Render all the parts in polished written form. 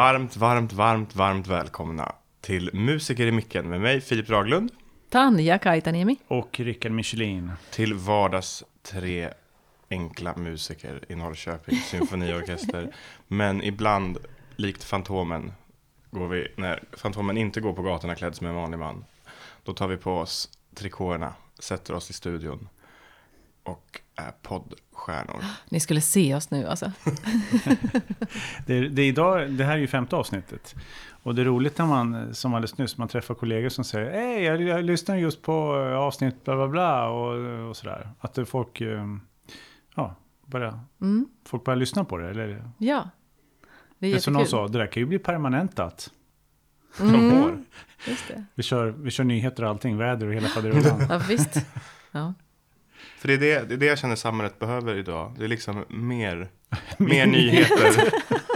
varmt välkomna till Musiker i micken med mig, Filip Draglund. Tanja Kaitaniemi. Och Rickard Michelin. Till vardags 3 enkla musiker i Norrköping, symfoniorkester. Men ibland, likt Fantomen, går vi, när Fantomen inte går på gatorna klädd som en vanlig man. Då tar vi på oss trikåerna, sätter oss i studion och är poddstjärnor. Ni skulle se oss nu alltså. det här är ju 5:e avsnittet. Och det är roligt när man, som alldeles nyss, man träffar kollegor som säger hej, jag lyssnar just på avsnitt bla bla bla och sådär. Att folk folk börjar lyssna på det, eller? Ja, det är jättekul. Som någon sa, det där kan ju bli permanentat. Just det. Vi kör nyheter och allting, väder och hela faderullan. Ja, visst. Ja. För det är det jag känner samhället behöver idag. Det är liksom mer nyheter.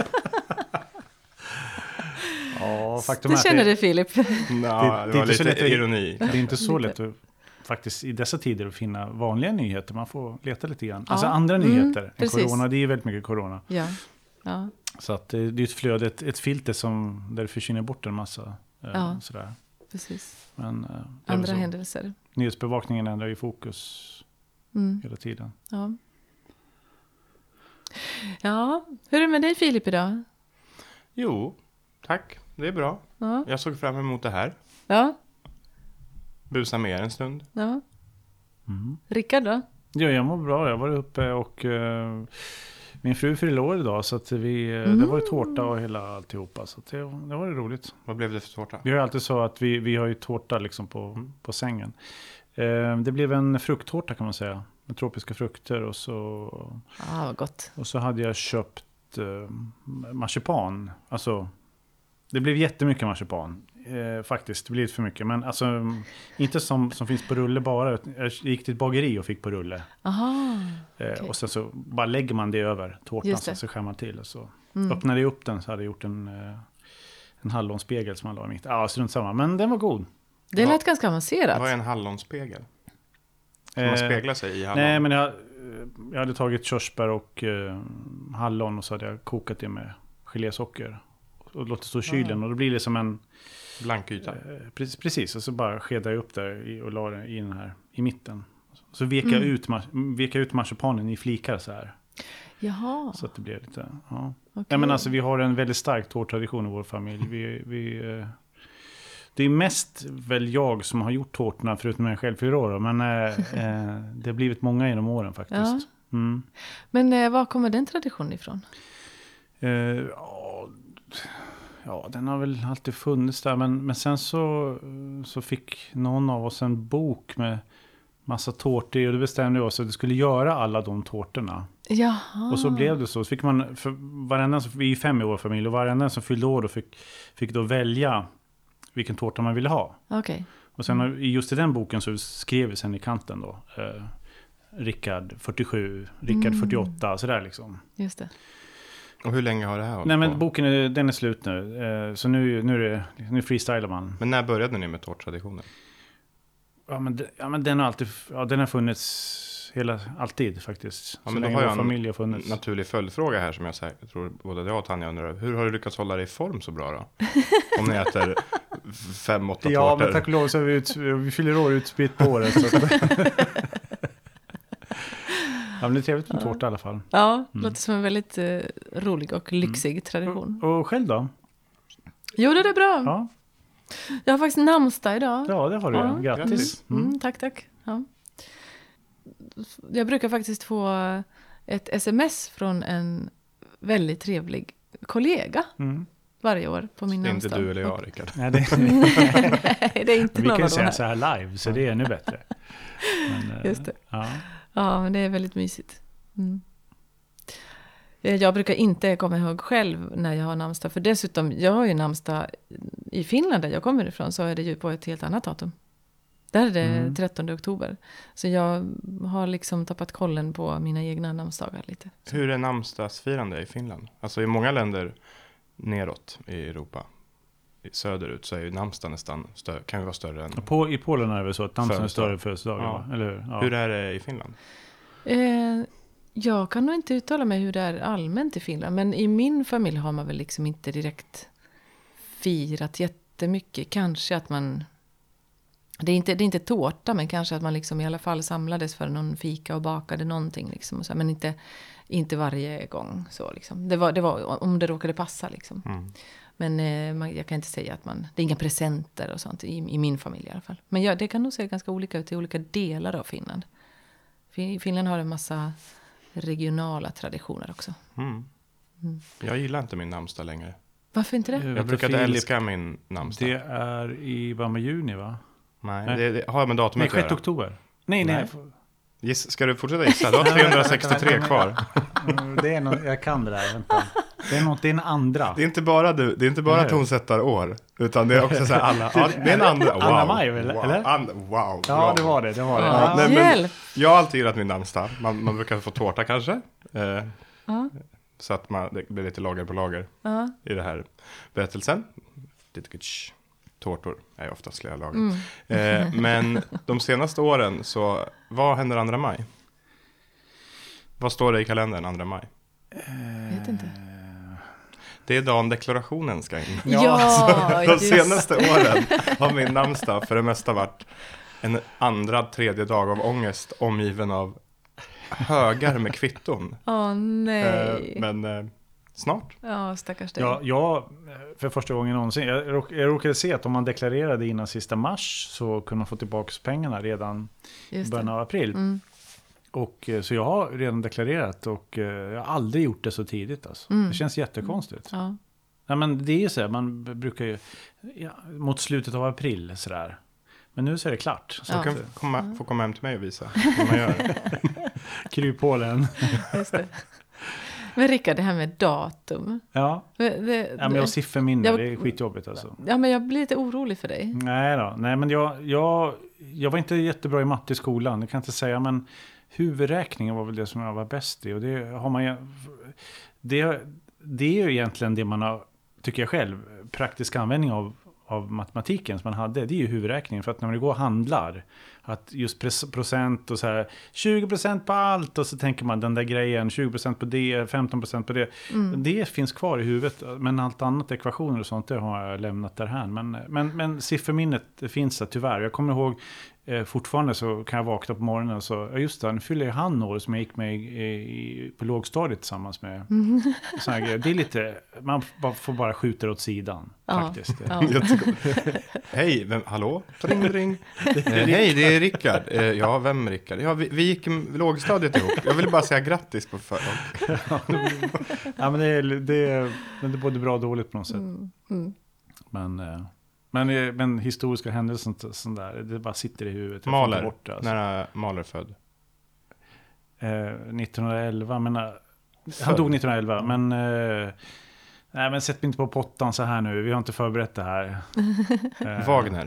Ja, faktum Du känner det, Filip. Det var lite ironi. Det är inte så lätt att, faktiskt i dessa tider att finna vanliga nyheter. Man får leta lite grann. Alltså andra nyheter än corona. Det är väldigt mycket corona. Ja. Så att det är ett flöde, ett filter där det försvinner bort en massa. Sådär. Precis. Men, andra händelser. Nyhetsbevakningen ändrar ju fokus hela tiden. Ja, hur är det med dig, Filip, idag? Jo, tack. Det är bra. Ja. Jag såg fram emot det här. Ja. Busa med en stund. Ja. Rickard då? Ja, jag mår bra. Jag var uppe och min fru fyllde år idag, så att det var ju tårta och hela alltihopa. Så att det var roligt. Vad blev det för tårta? Vi har ju alltid så att vi har ju tårta liksom på sängen. Det blev en frukttårta, kan man säga. Med tropiska frukter och så... vad gott. Och så hade jag köpt marsipan. Alltså, det blev jättemycket marsipan. Faktiskt, det blev lite för mycket. Men alltså, inte som finns på rulle bara. Jag gick till ett bageri och fick på rulle. Aha, okay. Och sen så bara lägger man det över tårtan, så skär man till. Och så öppnade jag upp den, så hade jag gjort en hallonspegel som man la i mitt. Ja, strunt samma. Men den var god. Det lät ganska avancerat. Vad är en hallonspegel? Som man speglar sig i hallon? Nej, men jag hade tagit körsbär och hallon och så hade jag kokat det med gelésocker. Och låter stå i kylen och då blir det som en... blank yta. Precis, och så bara skedar jag upp där och la den i den här i mitten. Så vek jag ut marsipanen i flikar så här. Jaha. Så att det blev lite... Ja. Okay. Ja, men alltså, vi har en väldigt stark tårttradition i vår familj. Det är mest väl jag som har gjort tårtorna, förutom mig själv 4 år. Men det har blivit många genom åren faktiskt. Ja. Men var kommer den traditionen ifrån? Ja, den har väl alltid funnits där. Men sen så fick någon av oss en bok med massa tårtor. Och det bestämde vi oss att vi skulle göra alla de tårtorna. Jaha. Och så blev det så. Så fick man, vi är 5 i vår familj. Och varenda som fyllde år då fick då välja vilken tårta man ville ha. Okay. Och sen just i den boken så skrev vi sen i kanten då. Rickard 47, Rickard 48, sådär liksom. Just det. Och hur länge har det här hållit Nej, men på? boken den är slut nu. Så nu freestylar man. Men när började ni med tårttraditionen? Ja, men den har funnits alltid faktiskt. Ja, så men då länge har vår jag familj har funnits. En naturlig följdfråga här som jag tror både jag och Tanja undrar. Hur har du lyckats hålla dig i form så bra då? Om ni äter 5-8 tårtor. Ja, men tack och lov så har vi fyller år utspritt på året. Så ja, men det är trevligt med tårta i alla fall. Ja, det låter som en väldigt rolig och lyxig tradition. Och själv då? Jo, det är bra. Ja. Jag har faktiskt namnsdag idag. Ja, det har du. Ja. Grattis. Tack. Ja. Jag brukar faktiskt få ett sms från en väldigt trevlig kollega varje år på min namnsdag. Det är inte du eller jag, Rickard. Nej, det är inte vi någon kan av säga här. så här live, så det är ännu bättre. Men, just det. Ja. Ja, men det är väldigt mysigt. Jag brukar inte komma ihåg själv när jag har namnsdag. För dessutom, jag har ju namnsdag i Finland där jag kommer ifrån. Så är det ju på ett helt annat datum. Där är det 13 oktober. Så jag har liksom tappat kollen på mina egna namnsdagar lite. Så. Hur är namnsdagsfirande i Finland? Alltså i många länder neråt i Europa, söderut, så är ju namnsdag nästan kan ju vara större än... I Polen är det väl så att namnsdagen är större än födelsedagen? Ja. Eller, ja. Hur är det i Finland? Jag kan nog inte uttala mig hur det är allmänt i Finland. Men i min familj har man väl liksom inte direkt firat jättemycket. Kanske att man... Det är inte tårta, men kanske att man liksom i alla fall samlades för någon fika och bakade någonting. Liksom och så, men inte varje gång. Så liksom. Det var om det råkade passa. Liksom. Men jag kan inte säga att det är inga presenter och sånt i min familj i alla fall. Men det kan nog se ganska olika ut i olika delar av Finland. Finland har en massa regionala traditioner också. Jag gillar inte min namnsdag längre. Varför inte det? Jag brukade älska min namnsdag. Det är i början av juni, va? Nej, det har med datumet att 6 göra. oktober. Nej. Ska du fortsätta gissa? Du har 363 kvar. Det är jag kan det där, vänta. Det är en andra. Det är inte bara tonsättarår, utan det är också så här alla... Ja, det är en andra. Wow. Anna Maj, eller? Wow. Ja, det var det. Ja, nej, men jag har alltid gillat min namnsdag. Man brukar få tårta kanske. Så att det blir lite lager på lager i det här berättelsen. Lite tårtor är oftast flera lager. Men de senaste åren så, vad händer 2 maj? Vad står det i kalendern 2 maj? Vet inte. Det är dagen deklarationen ska in. Ja, de senaste åren har min namnsdag för det mesta varit en 2:a, 3:e dag av ångest omgiven av högar med kvitton. Nej. Men snart. Ja, stackars dig. Ja, för första gången någonsin. Jag råkade se att om man deklarerade innan sista mars så kunde man få tillbaka pengarna redan i början av april. Och så jag har redan deklarerat och jag har aldrig gjort det så tidigt. Alltså. Det känns jättekonstigt. Ja. Nej, men det är ju så här, man brukar ju mot slutet av april sådär. Men nu så är det klart. Så du kan få komma hem till mig och visa hur man gör. Kryphålen. Just det. Men Rickard, det här med datum. Ja. Men jag har sifferminne, det är skitjobbigt alltså. Ja, men jag blir lite orolig för dig. Nej, men jag var inte jättebra i matte i skolan, det kan jag inte säga, men huvudräkningen var väl det som jag var bäst i. Och det har man det är ju egentligen det man har, tycker jag själv, praktisk användning av matematiken som man hade, det är ju huvudräkningen. För att när man går och handlar, att just procent och så här 20% på allt, och så tänker man den där grejen, 20% på det, 15% på det. Det finns kvar i huvudet, men allt annat, ekvationer och sånt, det har jag lämnat därhän. Men sifferminnet finns det tyvärr. Jag kommer ihåg fortfarande så kan jag vakna på morgonen och så, just det, nu fyller jag han år som jag gick med på lågstadiet tillsammans med. Det är lite, man får bara skjuta åt sidan faktiskt. Ja. Hej, hallå? Ring. Hej, det är Rickard. Ja, vem Rickard? Ja, vi gick i lågstadiet ihop. Jag vill bara säga grattis på förhand. Ja, men det är både bra och dåligt på något sätt. Men historiska händelser sånt där, det bara sitter i huvudet. Mahler, borta, alltså. när är Mahler född? 1911, men han dog 1911, men nej, men sätt mig inte på pottan så här nu, vi har inte förberett det här. Wagner.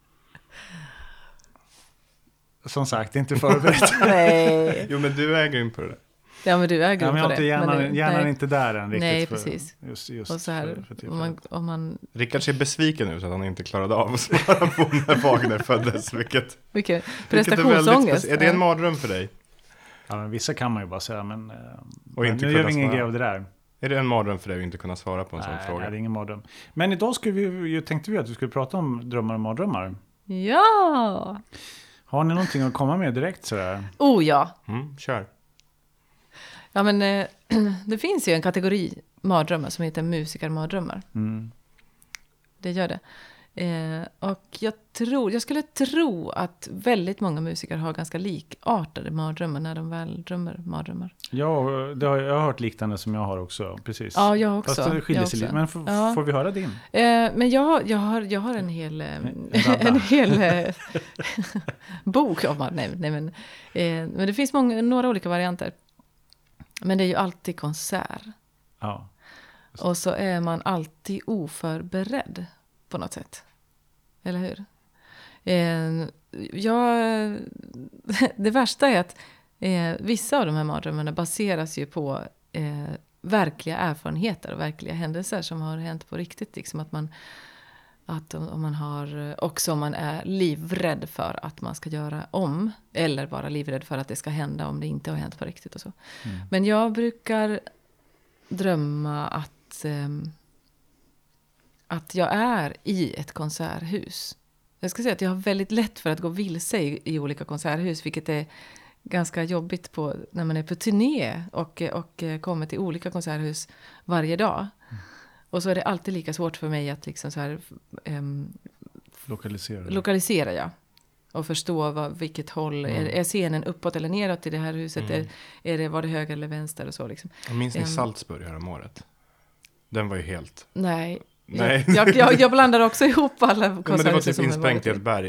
Som sagt, inte förberett. Nej. Jo, men du är grym på det. Ja, men du är grym men jag på har inte hjärnan inte där än riktigt. Nej, precis. Just och så här, om man... Rickard ser besviken ut att han inte klarade av att svara på när Wagner föddes. Vilket prestationsångest. Är det en mardröm för dig? Ja, men vissa kan man ju bara säga, men och inte nu gör vi ingen grej av det där. Är det en mardröm för dig att inte kunna svara på en sån fråga? Nej, det är ingen mardröm. Men idag tänkte vi att vi skulle prata om drömmar och mardrömmar. Ja! Har ni någonting att komma med direkt sådär? Oh ja! Kör. Ja, men det finns ju en kategori mardrömmar som heter musikermardrömmar. Det gör det. Och jag skulle tro att väldigt många musiker har ganska likartade mardrömmar när de väl drömmer mardrömmar. Ja, jag har hört liknande som jag har också, precis. Ja, jag också. Fast det skiljer sig lite. Men får vi höra din? Men jag har en hel bok om men det finns några olika varianter. Men det är ju alltid konsert. Ja. Och så är man alltid oförberedd på något sätt. Eller hur? Det värsta är att vissa av de här mardrömmarna baseras ju på verkliga erfarenheter och verkliga händelser som har hänt på riktigt. Liksom att Att om man har, också om man är livrädd för att man ska göra om. Eller bara livrädd för att det ska hända om det inte har hänt på riktigt och så. Men jag brukar drömma att jag är i ett konserthus. Jag ska säga att jag har väldigt lätt för att gå vilse i olika konserthus. Vilket är ganska jobbigt när man är på turné och kommer till olika konserthus varje dag. Och så är det alltid lika svårt för mig att liksom så här, lokalisera ja. Och förstå vilket håll. Är scenen uppåt eller neråt i det här huset? Var det höger eller vänster och så liksom. Jag minns ni Salzburg här om året? Den var ju helt... Nej. Jag blandar också ihop alla konserthus. Men det var typ insprängt i ett berg,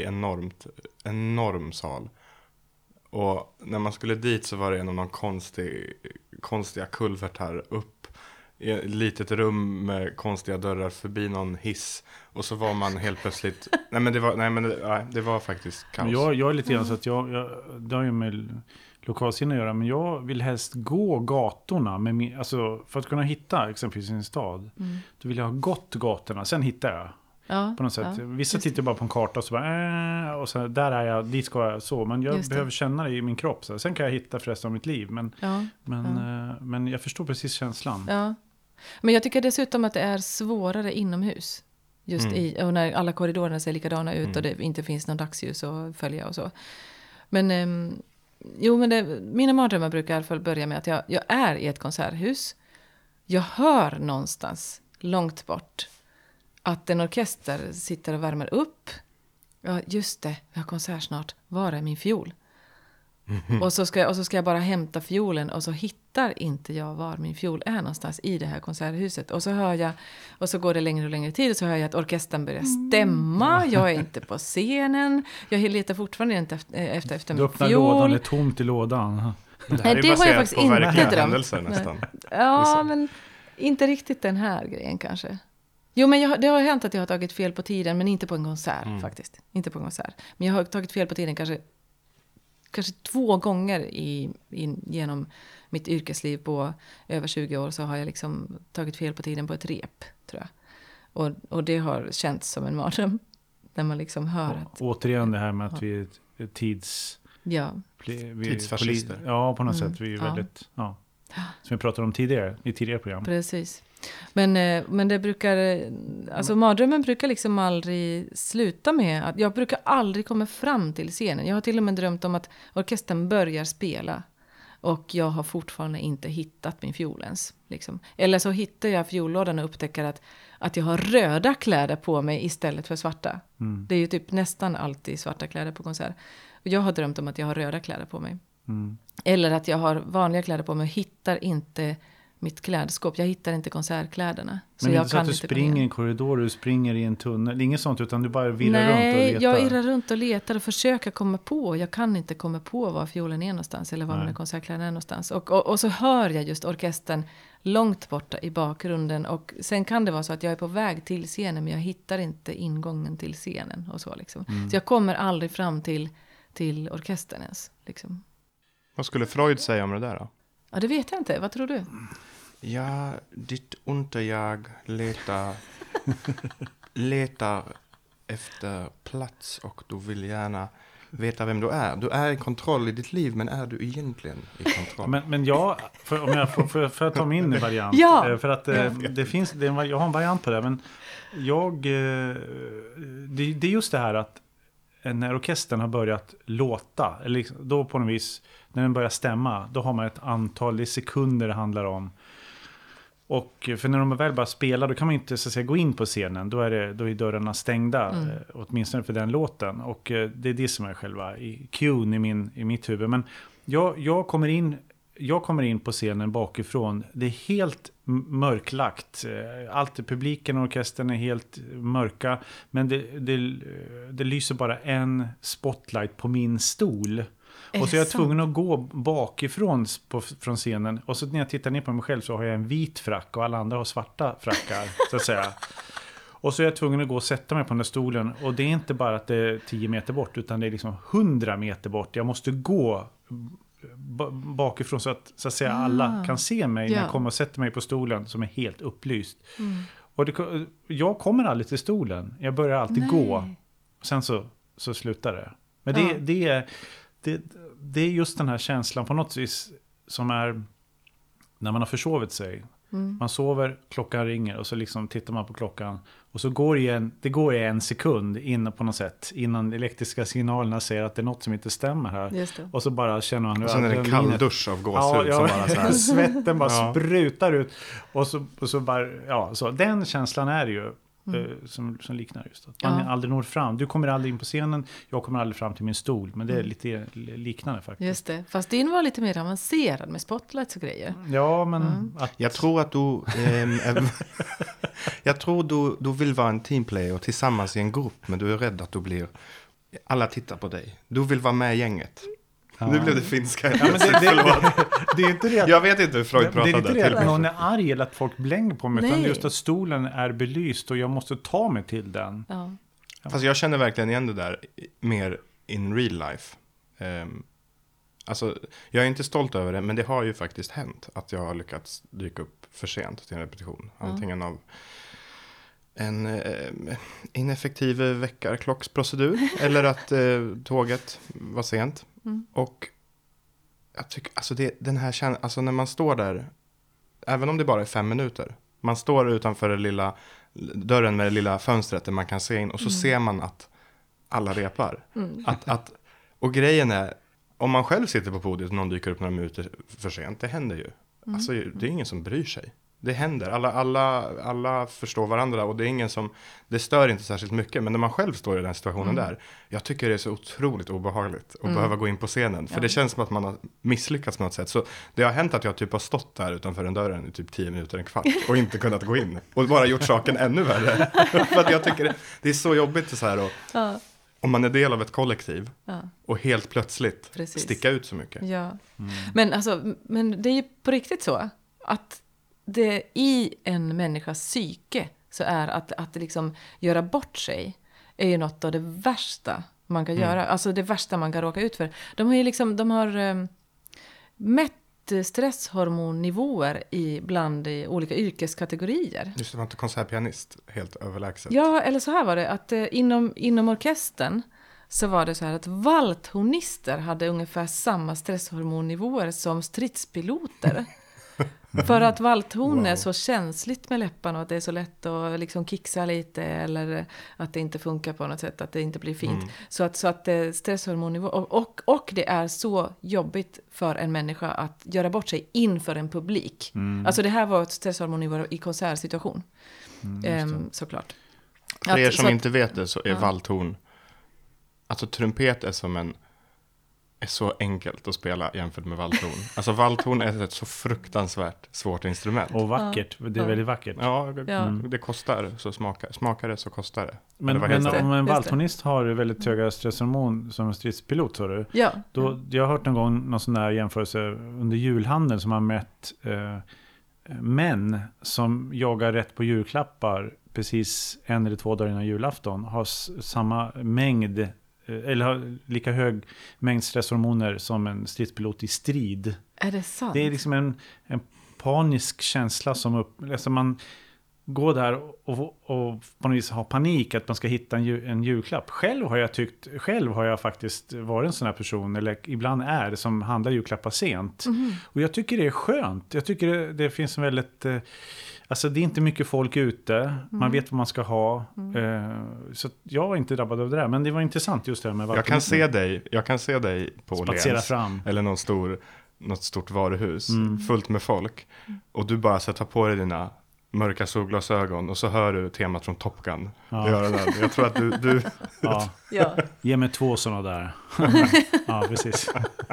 enorm sal. Och när man skulle dit så var det en av de konstiga kulvertar upp i ett litet rum med konstiga dörrar förbi någon hiss. Och så var man helt plötsligt... det var faktiskt kaos. Jag är lite grann så att det har ju med lokalsinne att göra. Men jag vill helst gå gatorna alltså för att kunna hitta exempelvis en stad. Då vill jag ha gått gatorna, sen hittar jag. Ja, på något sätt. Vissa tittar bara på en karta och så bara och så där är jag, dit ska jag så. Men jag behöver känna det i min kropp. Så. Sen kan jag hitta för resten av mitt liv. Men jag förstår precis känslan. Ja. Men jag tycker dessutom att det är svårare inomhus. Just och när alla korridorerna ser likadana ut och det inte finns någon dagsljus att följa och så. Men mina mardrömmar brukar i alla fall börja med att jag är i ett konserthus. Jag hör någonstans långt bort att en orkester sitter och värmer upp. Ja, just det. Vi har konsert snart. Var är min fiol? Och så ska jag bara hämta fiolen. Och så hittar inte jag var min fiol är någonstans i det här konserthuset. Och så hör jag, och så går det längre och längre tid. Och så hör jag att orkestern börjar stämma. Jag är inte på scenen. Jag letar fortfarande inte efter min fiol. Du öppnar lådan, det är tomt i lådan. Det här är det har jag faktiskt inte drömt. Händelser, nästan. Ja, men inte riktigt den här grejen kanske. Jo, men det har hänt att jag har tagit fel på tiden, men inte på en konsert faktiskt. Inte på en konsert. Men jag har tagit fel på tiden kanske 2 gånger genom mitt yrkesliv på över 20 år, så har jag liksom tagit fel på tiden på ett rep, tror jag. Och det har känts som en mardröm när man liksom hör att... Återigen det här med att vi är tidsfascister. Ja, på något sätt. Vi är väldigt... Ja. Som vi pratade om i tidigare program. Precis. Men det brukar... Alltså mardrömmen brukar liksom aldrig sluta med att... Jag brukar aldrig komma fram till scenen. Jag har till och med drömt om att orkestern börjar spela. Och jag har fortfarande inte hittat min fiol ens. Liksom. Eller så hittar jag fiollådan och upptäcker att jag har röda kläder på mig istället för svarta. Det är ju typ nästan alltid svarta kläder på konsert. Och jag har drömt om att jag har röda kläder på mig. Eller att jag har vanliga kläder på mig och hittar inte mitt klädskåp. Jag hittar inte konsertkläderna. Men det är inte så att du springer i en korridor, du springer i en tunnel. Det är inget sånt, utan du bara virrar runt och letar. Nej, jag irrar runt och letar och försöker komma på. Jag kan inte komma på var fiolen är någonstans. Eller var mina konsertkläder är någonstans. Och så hör jag just orkestern långt borta i bakgrunden. Och sen kan det vara så att jag är på väg till scenen, men jag hittar inte ingången till scenen. Och så liksom. Så jag kommer aldrig fram till orkestern ens. Liksom. Vad skulle Freud säga om det där då? Ja, det vet jag inte. Vad tror du? Ja, ditt unterjag letar efter plats och du vill gärna veta vem du är. Du är i kontroll i ditt liv, men är du egentligen i kontroll? Men jag, om jag får ta min variant. Ja. För att jag har en variant på det. Men det är just det här att när orkestern har börjat låta, eller liksom, då på något vis, när den börjar stämma, då har man ett antal sekunder det handlar om. Och för när de väl bara spelar, då kan man inte så att säga gå in på scenen. Då är dörrarna stängda, åtminstone för den låten. Och det är det som är själva cuen i mitt huvud. Men jag kommer in på scenen bakifrån. Det är helt mörklagt. Allt publiken och orkestern är helt mörka. Men det lyser bara en spotlight på min stol. Och så är jag tvungen att gå bakifrån från scenen. Och så när jag tittar ner på mig själv så har jag en vit frack och alla andra har svarta frackar, så att säga. Och så är jag tvungen att gå och sätta mig på den där stolen. Och det är inte bara att det är 10 meter bort, utan det är liksom 100 meter bort. Jag måste gå bakifrån så att säga alla kan se mig när jag kommer och sätter mig på stolen som är helt upplyst. Och jag kommer aldrig till stolen. Jag börjar alltid gå. Sen så slutar det. Men det är just den här känslan på något vis som är när man har försovit sig. Man sover, klockan ringer och så liksom tittar man på klockan. Och så går det går en sekund in på något sätt innan elektriska signalerna säger att det är något som inte stämmer här. Och så bara känner man... Och sen är det en kall dusch av gåshud som bara så här. Svetten bara sprutar ut. Och så bara... Så den känslan är det ju som liknar just att man aldrig når fram. Du kommer aldrig in på scenen, jag kommer aldrig fram till min stol. Men det är lite liknande faktiskt. Just det, fast din var lite mer avancerad med spotlights och grejer. Ja, men... Jag tror att du vill vara en teamplayer och tillsammans i en grupp, men du är rädd att du blir... Alla tittar på dig. Du vill vara med i gänget. Nu blev det finska. Ja, men det är inte det att, jag vet inte hur Freud pratade. Det är inte det att någon är arg eller att folk blänger på mig. Utan just att stolen är belyst och jag måste ta mig till den. Ja. Fast jag känner verkligen igen det där mer in real life. Alltså, jag är inte stolt över det, men det har ju faktiskt hänt att jag har lyckats dyka upp för sent till en repetition. Antingen av en ineffektiv väckarklocksprocedur eller att tåget var sent. Och jag tycker, alltså den här alltså när man står där, även om det bara är 5 minuter, man står utanför den lilla dörren med det lilla fönstret där man kan se in och så ser man att alla repar. Och grejen är, om man själv sitter på podiet och någon dyker upp några minuter för sent, det händer ju. Alltså det är ingen som bryr sig. Det händer. Alla förstår varandra och det är ingen som... Det stör inte särskilt mycket. Men när man själv står i den situationen där. Jag tycker det är så otroligt obehagligt att behöva gå in på scenen. För det känns som att man har misslyckats på något sätt. Så det har hänt att jag typ har stått där utanför den dörren i typ 10 minuter, en kvart. Och inte kunnat gå in. Och bara gjort saken ännu värre. För att jag tycker det är så jobbigt så här. Och, om man är del av ett kollektiv. Och helt plötsligt sticka ut så mycket. Ja. Men det är ju på riktigt så. Att det i en människas psyke så är att liksom göra bort sig är ju något av det värsta man kan göra. Alltså det värsta man kan råka ut för. De har mätt stresshormonnivåer bland olika yrkeskategorier. Just det, var inte konsertpianist helt överlägset. Ja, eller så här var det att inom orkestern så var det så här att valthornister hade ungefär samma stresshormonnivåer som stridspiloter. För att valthorn är så känsligt med läpparna och att det är så lätt att liksom kixa lite eller att det inte funkar på något sätt, att det inte blir fint. Så att stresshormonnivå och det är så jobbigt för en människa att göra bort sig inför en publik. Alltså det här var ett stresshormonnivå i konsertsituation. Såklart. För er som inte vet det så är valthorn, alltså trumpet är så enkelt att spela jämfört med valthorn. Alltså valthorn är ett så fruktansvärt svårt instrument. Och vackert, det är väldigt vackert. Ja, det kostar, så smakar det så kostar det. Men om en valthornist har väldigt höga stresshormon som en stridspilot, så du. Ja. Då, jag har hört någon gång någon sån där jämförelse under julhandeln som har mätt män som jagar rätt på julklappar precis 1 eller 2 dagar innan julafton har samma mängd eller har lika hög mängd stresshormoner som en stridspilot i strid. Är det sant? Det är liksom en panisk känsla som alltså man går där och på något vis har panik att man ska hitta en julklapp. Själv har jag faktiskt varit en sån här person, eller ibland är, som handlar julklappar sent. Och jag tycker det är skönt. Jag tycker det finns en väldigt... Alltså det är inte mycket folk ute. Man vet vad man ska ha. Så jag var inte drabbad av det där. Men det var intressant just det här med valthornismen. Jag kan se dig på Åhléns eller något stort varuhus fullt med folk. Och du bara tar på dig dina mörka solglasögon och så hör du temat från Top Gun. Jag tror att du... Ja. Ge mig 2 sådana där. Ja, precis.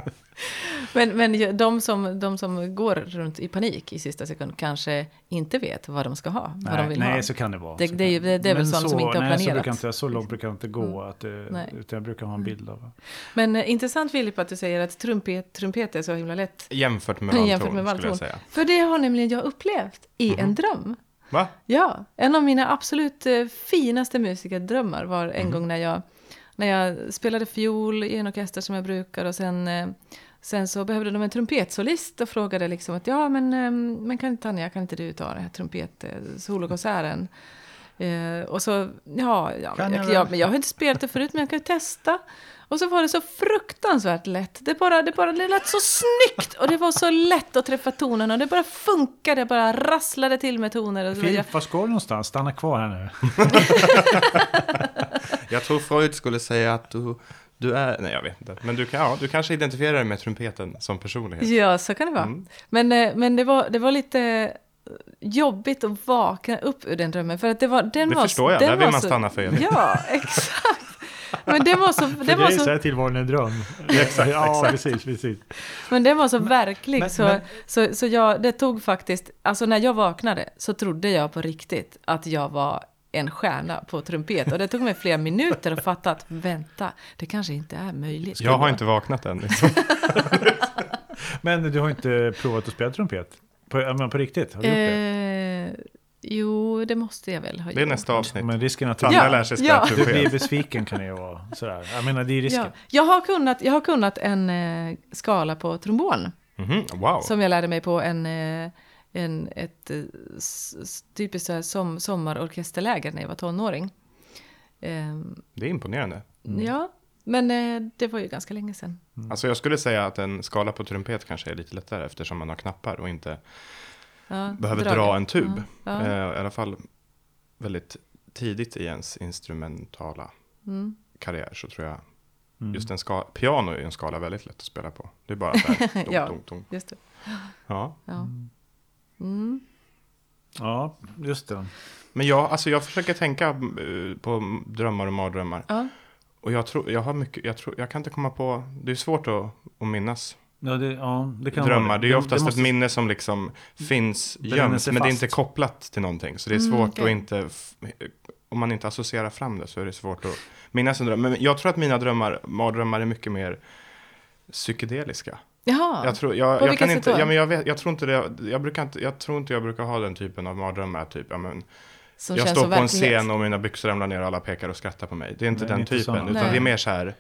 Men de som går runt i panik i sista sekund kanske inte vet vad de ska ha, vad de vill ha. Nej, så kan det vara. Det är väl sånt som inte har planerat. Så långt brukar det inte gå, utan jag brukar ha en bild av det. Men intressant, Filip, att du säger att trumpet är så himla lätt. Jämfört med valthorn, skulle jag säga. För det har nämligen jag upplevt i en dröm. Va? Ja, en av mina absolut finaste musikerdrömmar var en gång när när jag spelade fiol i en orkester som jag brukar. Och sen så behövde de en trumpetsolist och frågade liksom att men kan inte du ta den här trumpet-solokonserten? Och så, men jag har inte spelat det förut, men jag kan ju testa. Och så var det så fruktansvärt lätt. Det lät så snyggt. Och det var så lätt att träffa tonen. Och det bara funkade. Det bara rasslade till med toner. Filip, var ska du någonstans? Stanna kvar här nu. Jag tror Freud skulle säga att du är... Nej, jag vet inte. Men du kanske identifierar dig med trumpeten som personlighet. Ja, så kan det vara. Men det var lite jobbigt att vakna upp ur den drömmen. För att det förstår jag. Där vill man stanna för evigt. Ja, exakt. Men det var så... Det var så tillvaron en dröm. Exakt. Ja, precis. Men det var så verklig. Så det tog faktiskt... Alltså när jag vaknade så trodde jag på riktigt att jag var en stjärna på trumpet. Och det tog mig flera minuter att fatta att vänta, det kanske inte är möjligt. Jag har inte vaknat än. Liksom. Men du har inte provat att spela trumpet? På riktigt? Har du gjort det? Jo, det måste jag väl ha gjort. Det är nästa avsnitt. Men risken att Tanja lär sig spela trumpet. Du blir besviken kan det ju vara. Sådär. Jag menar, det är risken. Ja. Jag har kunnat en skala på trombon. Mm-hmm. Wow. Som jag lärde mig på ett typiskt så här sommarorkesterläger när jag var tonåring. Det är imponerande. Ja, men det var ju ganska länge sedan. Alltså jag skulle säga att en skala på trumpet kanske är lite lättare eftersom man har knappar och inte behöver dra en tub. I alla fall väldigt tidigt i ens instrumentala karriär så tror jag just en skala, piano är en skala väldigt lätt att spela på. Det är bara så här dong. Just det. Ja. Ja, just det. Men jag försöker tänka på drömmar och mardrömmar. Ja. Och jag kan inte komma på, det är svårt att minnas. Ja, det kan drömmar. vara. Det är ju oftast ett minne som liksom finns gömt, men det är inte kopplat till någonting. Så det är svårt att inte, om man inte associerar fram det så är det svårt att minnas en dröm. Men jag tror att mina mardrömmar är mycket mer psykedeliska. Jaha, jag tror inte jag brukar ha den typen av mardrömmar, typ, jag står på en scen och mina byxor ramlar ner och alla pekar och skrattar på mig. Det är inte den typen, utan det är mer så här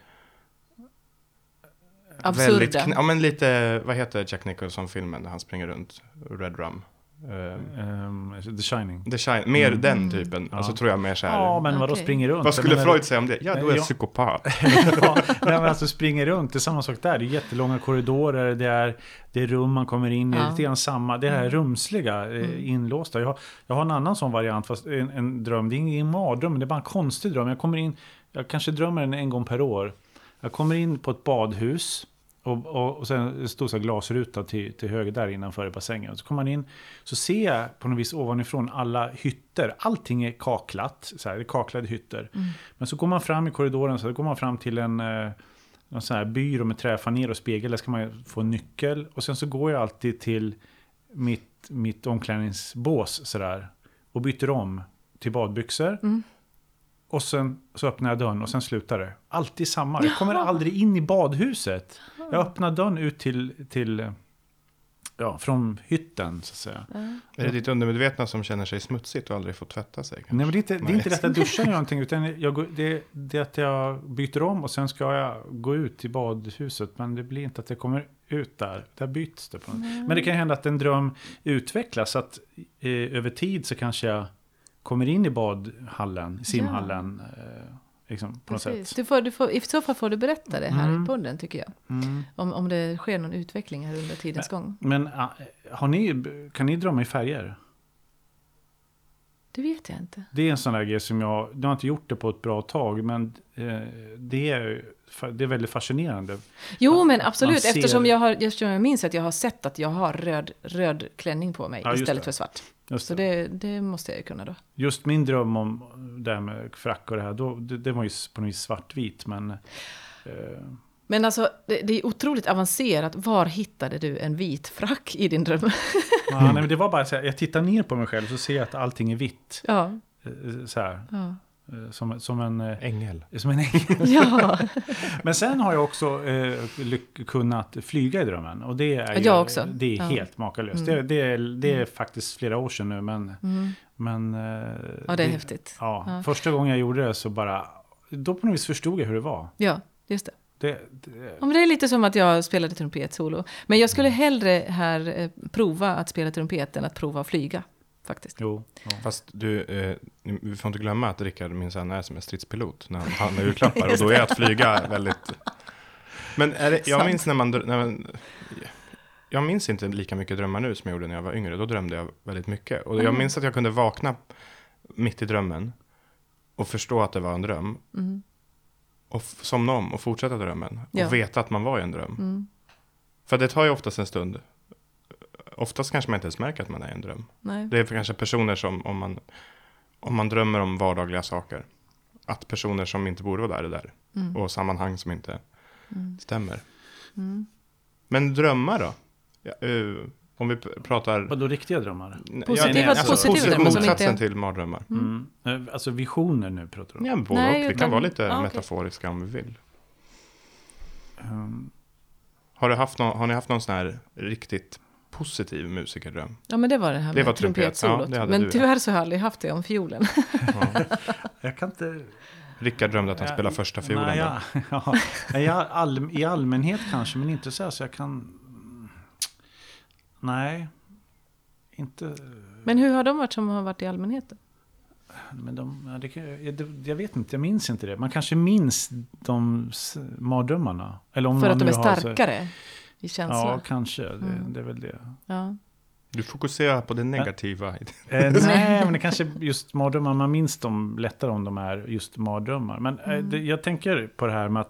absurda. Men lite, vad heter Jack Nicholson-filmen där han springer runt, Red Rum? The Shining. Mer den typen, alltså tror jag mer så här. Ja, men vadå springer runt? Vad skulle Freud säga om det? Ja, då är jag psykopat. Men alltså springer runt, det är samma sak där. Det är jättelånga korridorer, det är rum man kommer in i, det är lite grann samma, det här rumsliga, inlåsta. Jag har en annan sån variant, fast en dröm, det är ingen mardröm, det är bara en konstig dröm. Jag kanske drömmer en gång per år. Jag kommer in på ett badhus och sen står så glasruta till höger där innanför i bassängen. Så kommer man in, så ser jag på något vis ovanifrån alla hytter. Allting är kaklat, så här, det är kaklade hytter. Men så går man fram i korridoren, så går man fram till en sån här byrå med träfaner och spegel. Där ska man få en nyckel. Och sen så går jag alltid till mitt omklädningsbås så där, och byter om till badbyxor. Och sen så öppnar jag dörren och sen slutar det. Alltid samma. Jag kommer aldrig in i badhuset. Jag öppnar dörren ut till från hytten så att säga. Är det ditt undermedvetna som känner sig smutsigt och aldrig får tvätta sig? Kanske? Nej, men det är inte lätt att duscha eller någonting, utan det är att jag byter om och sen ska jag gå ut till badhuset, men det blir inte att jag kommer ut där byts det på något. Men det kan hända att en dröm utvecklas, att över tid så kanske jag kommer in i badhallen, simhallen, liksom, på något sätt. I så fall får du berätta det här i podden, tycker jag. Om det sker någon utveckling här under tidens gång. Men kan ni drömma i färger? Det vet jag inte. Det är en sån där grej som jag har inte gjort det på ett bra tag, men det är väldigt fascinerande. Jo, men absolut, eftersom jag minns att jag har sett att jag har röd klänning på mig istället för svart. Så det måste jag ju kunna då. Just min dröm om det här med frack och det här, det var ju på något vis svartvitt, men... Men alltså, det är otroligt avancerat. Var hittade du en vit frack i din dröm? Nej, men det var bara så här, jag tittar ner på mig själv så ser jag att allting är vitt. Ja. Så här. Ja. Som en ängel. Som en ängel. Ja. Men sen har jag också kunnat flyga i drömmen. Och det är jag också. Det är helt makalöst. Det är faktiskt flera år sedan nu. Men ja, det är häftigt. Ja. Första gången jag gjorde det så bara... då på något vis förstod jag hur det var. Ja, just det. Det, Ja, men det är lite som att jag spelade trumpet solo. Men jag skulle hellre här prova att spela trumpet än att prova att flyga, faktiskt. jo. Ja. Fast vi får inte glömma att Rickard minsann är som en stridspilot när han handlar julklappar. Och då är att flyga väldigt... Men jag minns när man... Jag minns inte lika mycket drömmar nu som jag gjorde när jag var yngre. Då drömde jag väldigt mycket. Och jag minns att jag kunde vakna mitt i drömmen och förstå att det var en dröm. Mm. Och somna om och fortsätta drömmen. Ja. Och veta att man var i en dröm. Mm. För det tar ju oftast en stund. Oftast kanske man inte ens märker att man är i en dröm. Nej. Det är kanske personer som, om man drömmer om vardagliga saker, att personer som inte borde vara där är där. Mm. Och sammanhang som inte stämmer. Mm. Men drömmar då? Ja, om vi pratar... Vadå riktiga drömmar? Positiva drömmar som motsatsen inte... till mardrömmar. Alltså visioner nu pratar du om. Ja, både Nej, och. Vi kan utan- vara lite okej. metaforiska om vi vill. Um, Har ni haft någon sån här riktigt positiv musikerdröm? Ja, men det var det här Det med var trumpet. trumpetsolot. Ja, det hade men du, ja. tyvärr så har jag aldrig haft det om fiolen. Ja. jag kan inte... Rickard drömde att han spelade första fiolen. Nej, då. I allmänhet kanske, men inte så här så jag kan... Nej, inte... Men hur har de varit som har varit i allmänheten? Men jag vet inte, jag minns inte det. Man kanske minns de mardrömmarna. Eller om För man att de nu är har så- starkare i känsla? Ja, kanske. Det är väl det. Ja. Du fokuserar på det negativa. Nej, men det kanske just mardrömmar. Man minns dem lättare om de är just mardrömmar. Men jag tänker på det här med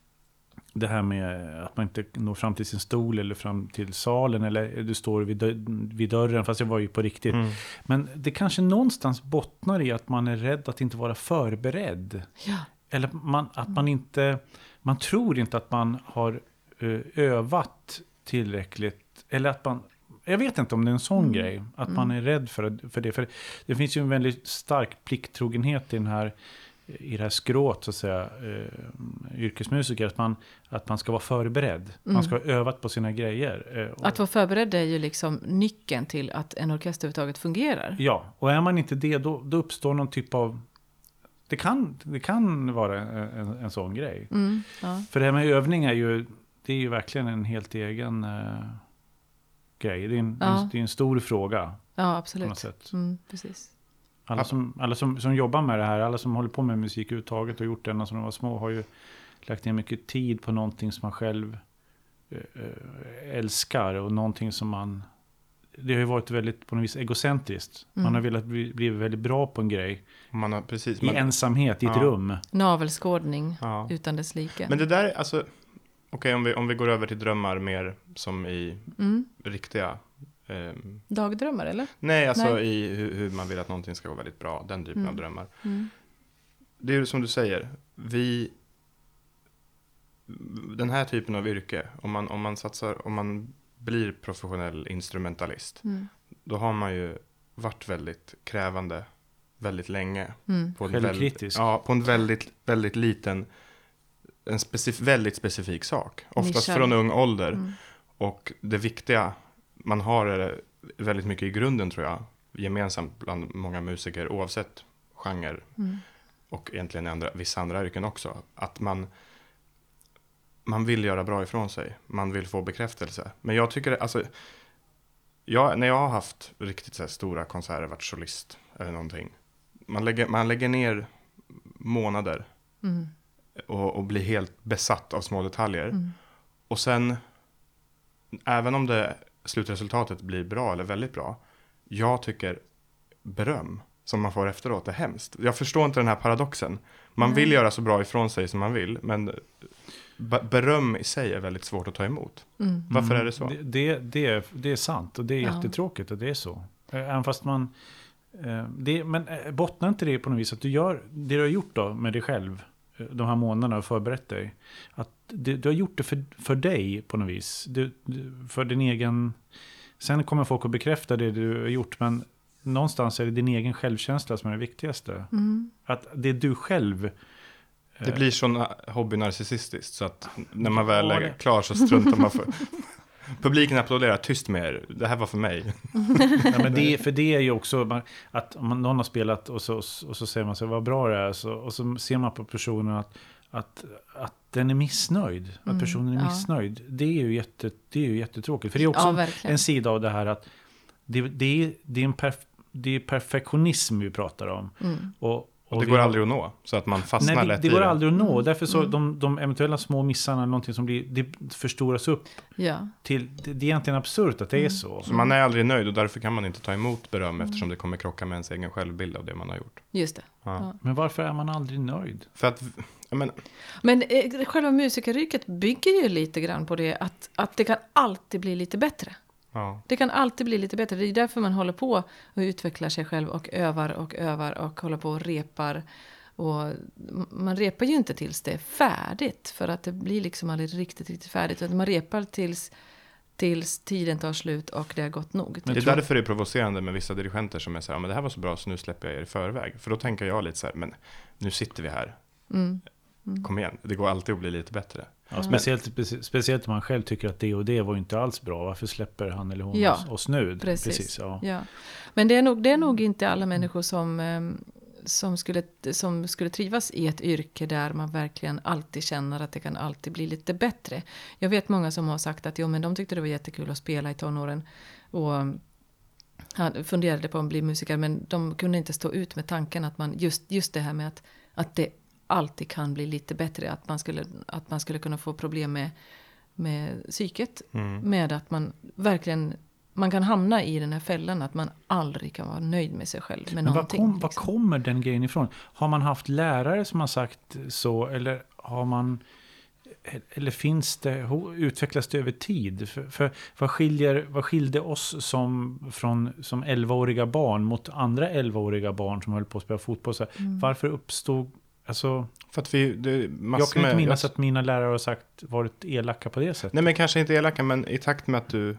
att man inte når fram till sin stol eller fram till salen eller du står vid dörren, fast jag var ju på riktigt. Men det kanske någonstans bottnar i att man är rädd att inte vara förberedd. Ja. Eller att man tror inte att man har övat tillräckligt. Eller att man, jag vet inte om det är en sån grej. Att man är rädd för det. För det finns ju en väldigt stark plikttrogenhet i det här skrået, så att säga, yrkesmusiker, att man ska vara förberedd. Man ska ha övat på sina grejer. Att vara förberedd är ju liksom nyckeln till att en orkester överhuvudtaget fungerar. Ja, och är man inte det, då uppstår någon typ av... Det kan vara en sån grej. Ja. För det här med övning är ju verkligen en helt egen grej. Det är en stor fråga Ja, på något absolut. sätt. Precis. Alla som jobbar med det här, alla som håller på med musik överhuvudtaget och gjort det när de var små, har ju lagt ner mycket tid på någonting som man själv älskar och någonting som det har ju varit väldigt på något vis egocentriskt. Man har velat bli väldigt bra på en grej Man har, precis, i ensamhet i ett rum. Navelskådning Ja. utan dess like. Men det där, alltså, okej, om vi går över till drömmar mer som i riktiga... Dagdrömmar, eller? nej, alltså Nej. i hur man vill att någonting ska gå väldigt bra. Den typen av drömmar. Det är ju som du säger. Den här typen av yrke, om man blir professionell instrumentalist, då har man ju varit väldigt krävande väldigt länge. På en Självkritisk. på en väldigt, väldigt liten, väldigt specifik sak. Oftast Nischad. från ung ålder. Och det viktiga man har är väldigt mycket i grunden, tror jag, gemensamt bland många musiker, oavsett genre och egentligen vissa andra yrken också, att man vill göra bra ifrån sig, man vill få bekräftelse. Men jag tycker, alltså, när jag har haft riktigt så här stora konserter, varit solist eller någonting, man lägger ner månader och blir helt besatt av små detaljer. Och sen, även om slutresultatet blir bra eller väldigt bra, jag tycker beröm som man får efteråt är hemskt. Jag förstår inte den här paradoxen. Man vill göra så bra ifrån sig som man vill, men beröm i sig är väldigt svårt att ta emot. Varför är det så? Det är sant och det är jättetråkigt och det är så. Även fast man... men bottnar inte det på något vis att du gör det du har gjort då med dig själv de här månaderna och förberett dig, att du har gjort det för dig på något vis, för din egen, sen kommer folk att bekräfta det du har gjort, men någonstans är det din egen självkänsla som är det viktigaste, att det är du själv. Det blir så hobbynarcissistiskt så att när man väl är klar så struntar man för. Publiken applåderar, tyst med er. Det här var för mig. Ja, men det är ju också att om någon har spelat och så säger man så vad bra det är. Och så ser man på personen att den är missnöjd. Att personen är missnöjd. Det är ju jättetråkigt. För det är också en sida av det här att det är perfektionism vi pratar om. Och det går aldrig att nå, så att man fastnar lätt i det. Det går aldrig att nå, därför så de eventuella små missarna, någonting som det förstoras upp till, det är egentligen absurt att det är så. Så man är aldrig nöjd och därför kan man inte ta emot beröm eftersom det kommer krocka med ens egen självbild av det man har gjort. Just det. Ja. Men varför är man aldrig nöjd? För att, men själva musikerrycket bygger ju lite grann på det att det kan alltid bli lite bättre. Ja. Det kan alltid bli lite bättre. Det är därför man håller på och utvecklar sig själv och övar och håller på och repar. Och man repar ju inte tills det är färdigt. För att det blir liksom aldrig riktigt färdigt. Man repar tills tiden tar slut och det har gått nog. Men det är därför det är provocerande med vissa dirigenter som är så här, men det här var så bra så nu släpper jag er i förväg. För då tänker jag lite så här, men nu sitter vi här. Kom igen, det går alltid att bli lite bättre. Ja, speciellt om man själv tycker att det och det var inte alls bra. Varför släpper han eller hon oss nu? Precis. Ja. Men det är nog inte alla människor som skulle trivas i ett yrke där man verkligen alltid känner att det kan alltid bli lite bättre. Jag vet många som har sagt att men de tyckte det var jättekul att spela i tonåren och funderade på att bli musiker, men de kunde inte stå ut med tanken att man just det här med att det alltid kan bli lite bättre, att man skulle kunna få problem med psyket, med att man verkligen man kan hamna i den här fällan att man aldrig kan vara nöjd med sig själv med någonting. Var kommer den grejen ifrån? Har man haft lärare som har sagt så, eller finns det, utvecklas det över tid? För vad skilde oss som 11-åriga barn mot andra 11-åriga barn som höll på att spela fotboll? Så varför uppstod, alltså, för att jag kan inte minnas att mina lärare har varit elaka på det sättet. Nej, men kanske inte elaka, men i takt med att du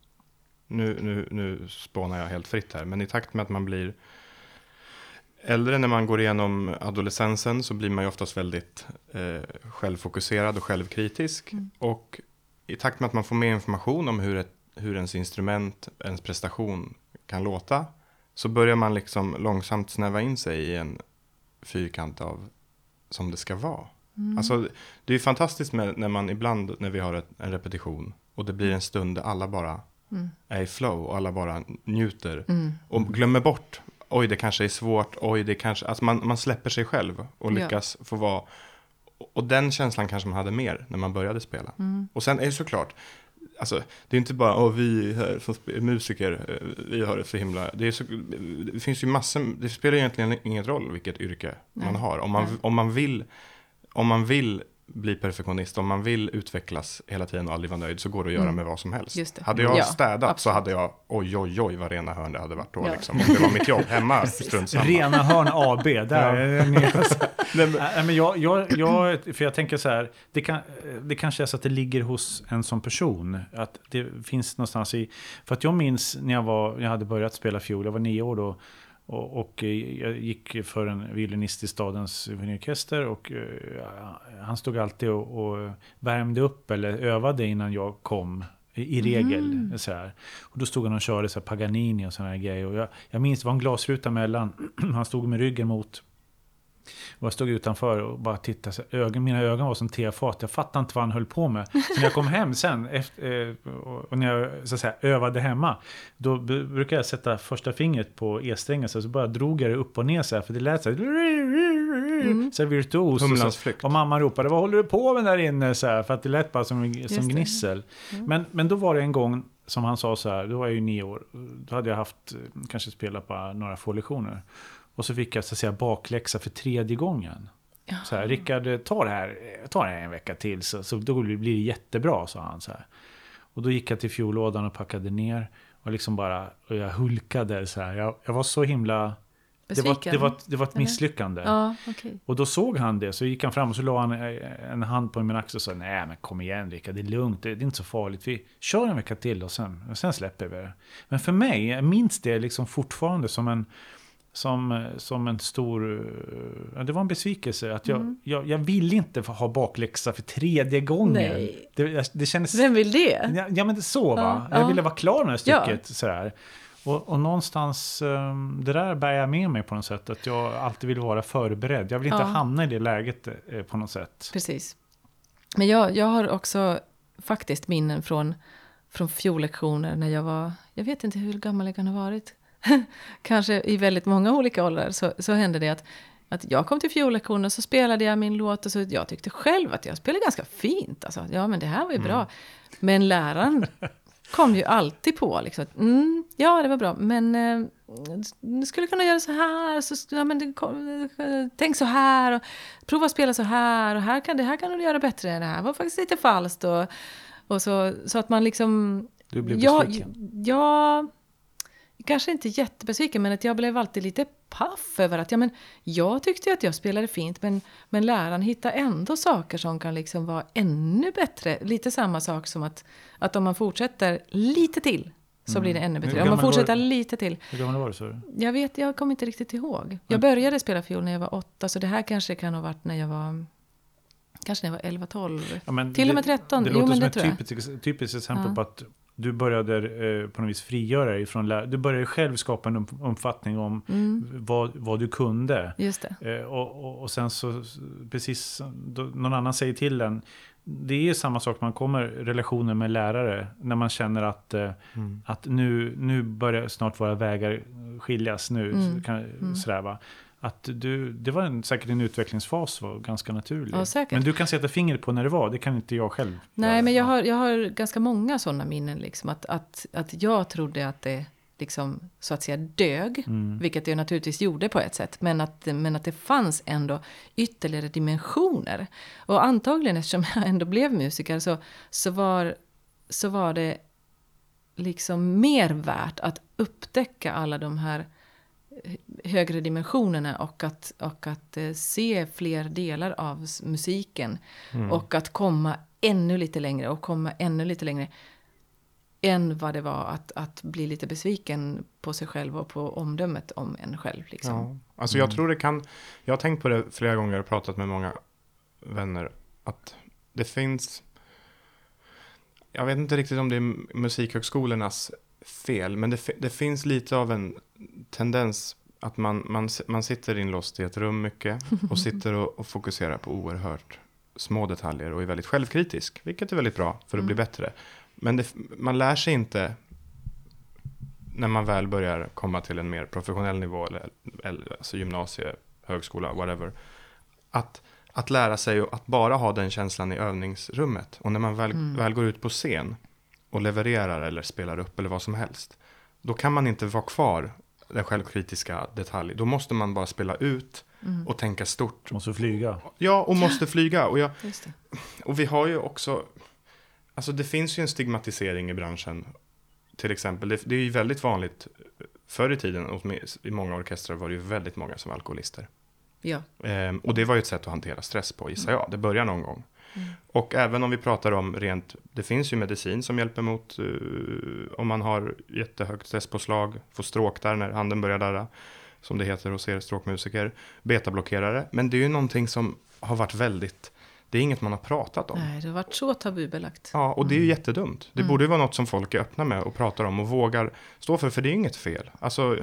nu spånar jag helt fritt här, men i takt med att man blir äldre, när man går igenom adolescensen, så blir man ju oftast väldigt självfokuserad och självkritisk. Och i takt med att man får mer information om hur ens instrument, ens prestation kan låta, så börjar man liksom långsamt snäva in sig i en fyrkant av som det ska vara. Alltså, det är ju fantastiskt när man ibland, när vi har en repetition och det blir en stund där alla bara är i flow och alla bara njuter och glömmer bort, oj det kanske är svårt, oj det kanske, alltså man släpper sig själv och lyckas få vara, och den känslan kanske man hade mer när man började spela. Och sen är det såklart, alltså det är inte bara vi här som musiker, vi har det så himla, det finns ju massor, det spelar egentligen ingen roll vilket yrke man har, om man vill bli perfektionist, om man vill utvecklas hela tiden och aldrig vara nöjd, så går det att göra med vad som helst. Hade jag städat absolut, så hade jag oj vad rena hörn det hade varit då liksom. Om det var mitt jobb hemma, strunt samma. Rena hörn AB där. Men för jag tänker så här, det kanske är så att det ligger hos en som person, att det finns någonstans för att jag minns när jag hade börjat spela fiol, jag var 9 år då. Och jag gick för en violinist i stadens symfoniorkester och han stod alltid och värmde upp eller övade innan jag kom i regel. Så här. Och då stod han och körde så här Paganini och såna här grejer. Och jag minns det var en glasruta mellan, han stod med ryggen mot, och jag stod utanför och bara tittade. Mina ögon var som tefat. Jag fattade inte vad han höll på med. Så när jag kom hem sen och när jag så att säga övade hemma, då brukar jag sätta första fingret på E-strängen, så bara drog jag det upp och ner så här, för det lät så här, så här virtuos. Och mamma ropade, vad håller du på med där inne? Så här, för att det lät bara som gnissel. Men då var det en gång som han sa så här, då var jag ju 9 år. Då hade jag haft kanske spelat på några få lektioner. Och så fick jag så att säga bakläxa för 3:e gången. Ja. Så här, Rickard, ta det här en vecka till så då blir det jättebra, sa han så här. Och då gick jag till fiollådan och packade ner och liksom och jag hulkade så här. Jag var så himla besviken. Det var ett misslyckande. Ja, okay. Och då såg han det, så gick han fram och så la han en hand på min axel och sa, nej men kom igen Rickard, det är lugnt, det är inte så farligt. Vi kör en vecka till och sen släpper vi det. Men för mig, jag minns det liksom fortfarande som som en stor... Det var en besvikelse. Att jag vill inte ha bakläxa för 3:e gången. Nej. Det kändes... Vem vill det? Ja, men så va? Ja. Jag ville vara klar med det här stycket. Ja. Sådär. Och någonstans, det där bär jag med mig på något sätt. Att jag alltid vill vara förberedd. Jag vill inte hamna i det läget på något sätt. Precis. Men jag har också faktiskt minnen från fiollektioner när jag vet inte hur gammal jag kan ha varit. Kanske i väldigt många olika åldrar så hände det att jag kom till fiollektionen och så spelade jag min låt och så jag tyckte själv att jag spelade ganska fint. Alltså, ja, men det här var ju bra. Men läraren kom ju alltid på liksom, ja, det var bra, men du skulle kunna göra så här, så, ja, men tänk så här och prova att spela så här och det här kan du göra bättre. Det här var faktiskt lite falskt och så att man liksom... Du blev besviken? Ja, kanske inte jättebesviken, men att jag blev alltid lite paff över att jag tyckte att jag spelade fint, men läraren hittar ändå saker som kan liksom vara ännu bättre. Lite samma sak som att om man fortsätter lite till så blir det ännu bättre. Om man fortsätter lite till. Hur gammal var du, så? Jag kommer inte riktigt ihåg. Jag började spela fiol när jag var 8, så det här kanske kan ha varit när jag var 11, 12, till och med 13. Det låter som ett typiskt exempel på att du började på något vis frigöra dig från du började själv skapa en uppfattning om vad du kunde. Just det. Och sen så precis då någon annan säger till en, det är samma sak, man kommer relationer med lärare när man känner att nu börjar snart våra vägar skiljas sådär va. Att det var säkert en utvecklingsfas, var ganska naturlig. Ja, säkert. Men du kan sätta fingret på när det var, det kan inte jag själv. Nej, men jag har ganska många sådana minnen liksom, att jag trodde att det liksom så att säga dög, vilket det naturligtvis gjorde på ett sätt, men att det fanns ändå ytterligare dimensioner. Och antagligen, eftersom jag ändå blev musiker, så var det liksom mer värt att upptäcka alla de här högre dimensionerna och att se fler delar av musiken och att komma ännu lite längre än vad det var att bli lite besviken på sig själv och på omdömet om en själv liksom. Ja. Alltså jag tror jag har tänkt på det flera gånger och pratat med många vänner, att det finns, jag vet inte riktigt om det är musikhögskolornas fel, men det finns lite av en tendens att man sitter inlåst i ett rum mycket och sitter och fokuserar på oerhört små detaljer och är väldigt självkritisk, vilket är väldigt bra för att bli bättre. Men man lär sig inte när man väl börjar komma till en mer professionell nivå eller alltså gymnasie, högskola, whatever, att lära sig att bara ha den känslan i övningsrummet, och när man väl går ut på scen och levererar eller spelar upp eller vad som helst, då kan man inte vara kvar den självkritiska detalj. Då måste man bara spela ut och tänka stort. Måste flyga. Ja, och måste flyga. Just det. Och vi har ju också, alltså det finns ju en stigmatisering i branschen. Till exempel, det är ju väldigt vanligt förr i tiden, och i många orkestrar var det ju väldigt många som var alkoholister. Ja. Och det var ju ett sätt att hantera stress på, gissar jag. Det börjar någon gång. Och även om vi pratar om det finns ju medicin som hjälper mot om man har jättehögt stresspåslag, får stråk där när handen börjar darra, som det heter hos er stråkmusiker, betablockerare. Men det är ju någonting som har varit det är inget man har pratat om. Nej, det har varit så tabubelagt. Ja, och det är ju jättedumt. Det borde ju vara något som folk är öppna med och pratar om och vågar stå för det är inget fel. Alltså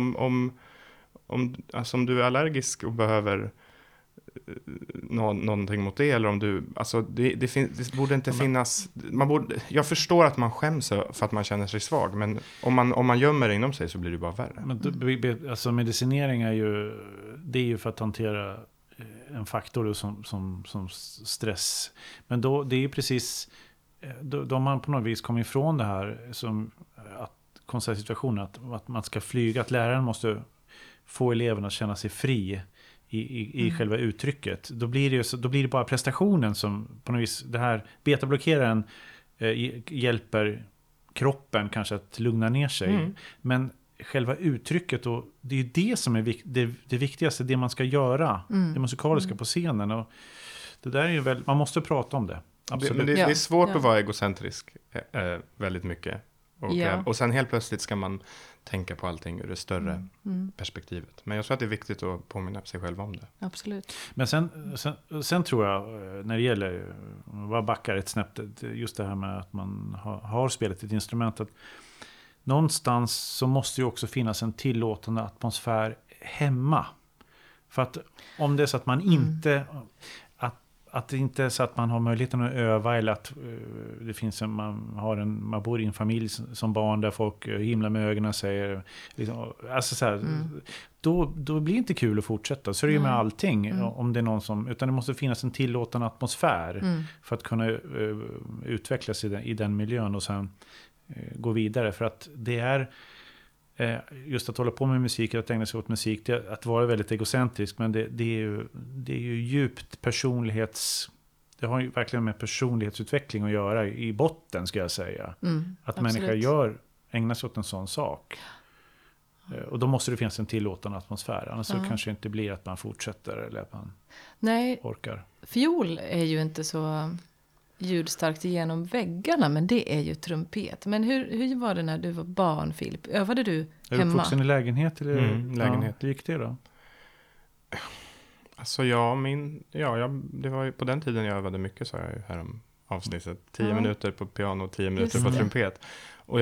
om du är allergisk och behöver någonting mot det, eller om du, alltså det borde inte finnas, jag förstår att man skäms för att man känner sig svag, men om man gömmer det inom sig så blir det bara värre. Men alltså medicinering är ju för att hantera en faktor som stress, men då det är ju precis då man på något vis kommer ifrån det här som att konsertsituationen, att man ska flyga, att läraren måste få eleverna att känna sig fri i själva uttrycket. Då blir det bara prestationen som på något vis, det här betablockeraren hjälper kroppen kanske att lugna ner sig. Men själva uttrycket, och det är ju det som är det viktigaste, det man ska göra, det musikaliska på scenen, och det där är ju man måste prata om det. Absolut. Men det är svårt att vara egocentrisk väldigt mycket. Och sen helt plötsligt ska man tänka på allting ur det större perspektivet. Men jag tror att det är viktigt att påminna sig själv om det. Absolut. Men sen tror jag, när det gäller vad backar ett snäpp, just det här med att man har spelat ett instrument, att någonstans så måste ju också finnas en tillåtande atmosfär hemma. För att om det är så att man inte... Att det inte är så att man har möjligheten att öva, eller att det finns man bor i en familj som barn där folk himlar med ögonen och säger liksom, alltså så här, då blir det inte kul att fortsätta. Så är det ju med allting, om det är någon som, utan det måste finnas en tillåtande atmosfär för att kunna utvecklas i den miljön och sen gå vidare. För att det är just att hålla på med musik, att ägna sig åt musik, att vara väldigt egocentrisk, men det är ju djupt det har ju verkligen med personlighetsutveckling att göra i botten, ska jag säga. Att människor ägnar sig åt en sån sak. Och då måste det finnas en tillåtande atmosfär, annars så kanske det inte blir att man fortsätter eller att man orkar. Fiol är ju inte så ljudstarkt genom väggarna, men det är ju trumpet. Men hur var det när du var barn, Filip? Övade du hemma? Är du uppvuxen i lägenhet? Eller? Lägenhet. Hur gick det då? Alltså det var ju på den tiden jag övade mycket, sa jag ju här om avsnittet. 10 minuter på piano, 10 minuter på trumpet. Och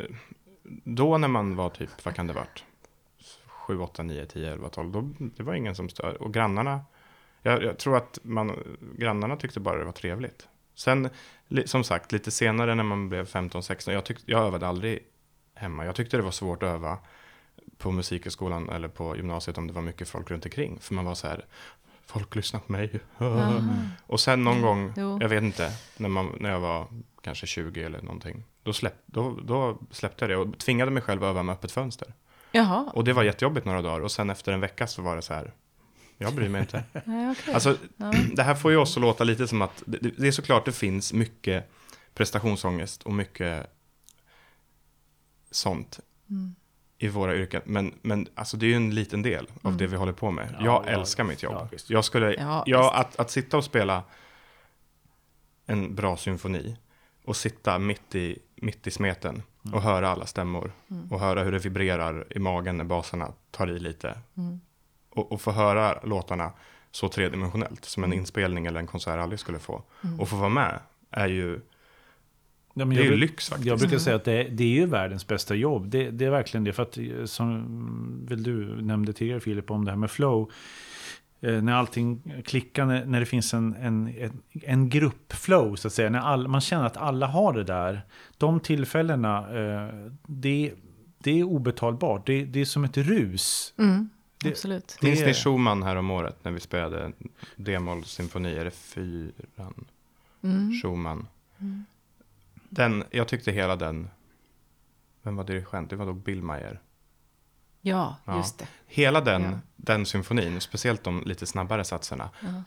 då när man var typ, vad kan det varit? 7, 8, 9, 10, 11, 12. Det var ingen som stör. Och grannarna, jag tror att grannarna tyckte bara det var trevligt. Sen, som sagt, lite senare när man blev 15-16, jag övade aldrig hemma. Jag tyckte det var svårt att öva på musikhögskolan eller på gymnasiet om det var mycket folk runt omkring. För man var så här, folk lyssnar på mig. Och sen någon gång, jag vet inte, när jag var kanske 20 eller någonting, då släppte jag det och tvingade mig själv att öva med öppet fönster. Jaha. Och det var jättejobbigt några dagar. Och sen efter en vecka så var det så här, jag bryr mig inte. Nej, okay. Alltså, det här får ju också låta lite som att det är såklart det finns mycket prestationsångest och mycket sånt i våra yrken. Men alltså, det är ju en liten del av det vi håller på med. Jag älskar mitt jobb. Att sitta och spela en bra symfoni och sitta mitt i smeten och höra alla stämmor och höra hur det vibrerar i magen när basarna tar i lite. Och få höra låtarna så tredimensionellt som en inspelning eller en konsert aldrig skulle få. Och få vara med är ju det är ju lyx faktiskt. Jag brukar säga att det är ju världens bästa jobb. Det är verkligen det. För att, som väl du nämnde tidigare, Filip, om det här med flow. När allting klickar, när det finns en gruppflow, så att säga. När man känner att alla har det där. De tillfällena, det är obetalbart. Det är som ett rus. Absolut. Minns ni Schumann här om året när vi spelade D-moll-symfoni? Är det 4? Schumann. Jag tyckte hela den, vem var dirigent? Det var då Billmeier. Ja, just det. Hela den symfonin, speciellt de lite snabbare satserna.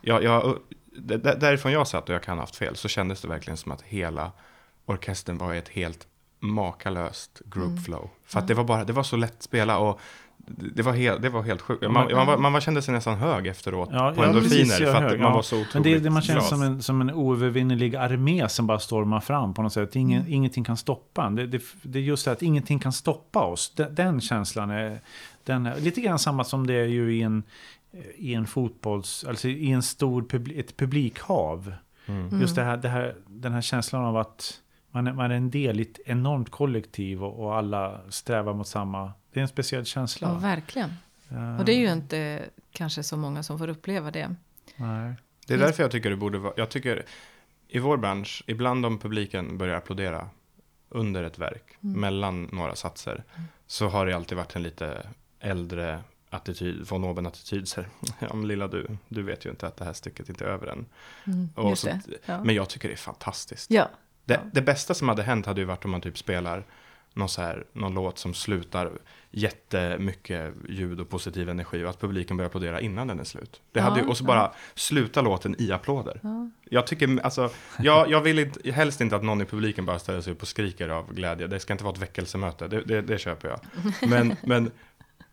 Därifrån jag satt, och jag kan ha haft fel, så kändes det verkligen som att hela orkestern var ett helt makalöst group flow. För att det var så lätt att spela, och det var helt sjukt. Man kände sig nästan hög efteråt på endorfiner, för att man var så otroligt. Men det man känner som en oövervinnelig armé som bara stormar fram på något sätt. Ingenting kan stoppa. Det är just det att ingenting kan stoppa oss. Den känslan är lite grann samma som det är ju i en fotbolls, alltså i en ett publikhav. Just den här känslan av att man är en del i ett enormt kollektiv och alla strävar mot samma. Det är en speciell känsla. Ja, verkligen. Och det är ju inte kanske så många som får uppleva det. Nej. Det är därför jag tycker det borde vara. Jag tycker i vår bransch, ibland om publiken börjar applådera under ett verk, mellan några satser, så har det alltid varit en lite äldre attityd, von oben-attityd. Ja, men lilla du vet ju inte att det här stycket inte är över än. Och så, men jag tycker det är fantastiskt. Ja. Det bästa som hade hänt hade ju varit om man typ spelar någon låt som slutar jättemycket ljud och positiv energi, och att publiken börjar applådera innan den är slut. Det hade ju, och så bara sluta låten i applåder. Jag tycker, alltså, jag vill helst inte att någon i publiken bara ställer sig upp och skriker av glädje. Det ska inte vara ett väckelsemöte, det köper jag. Men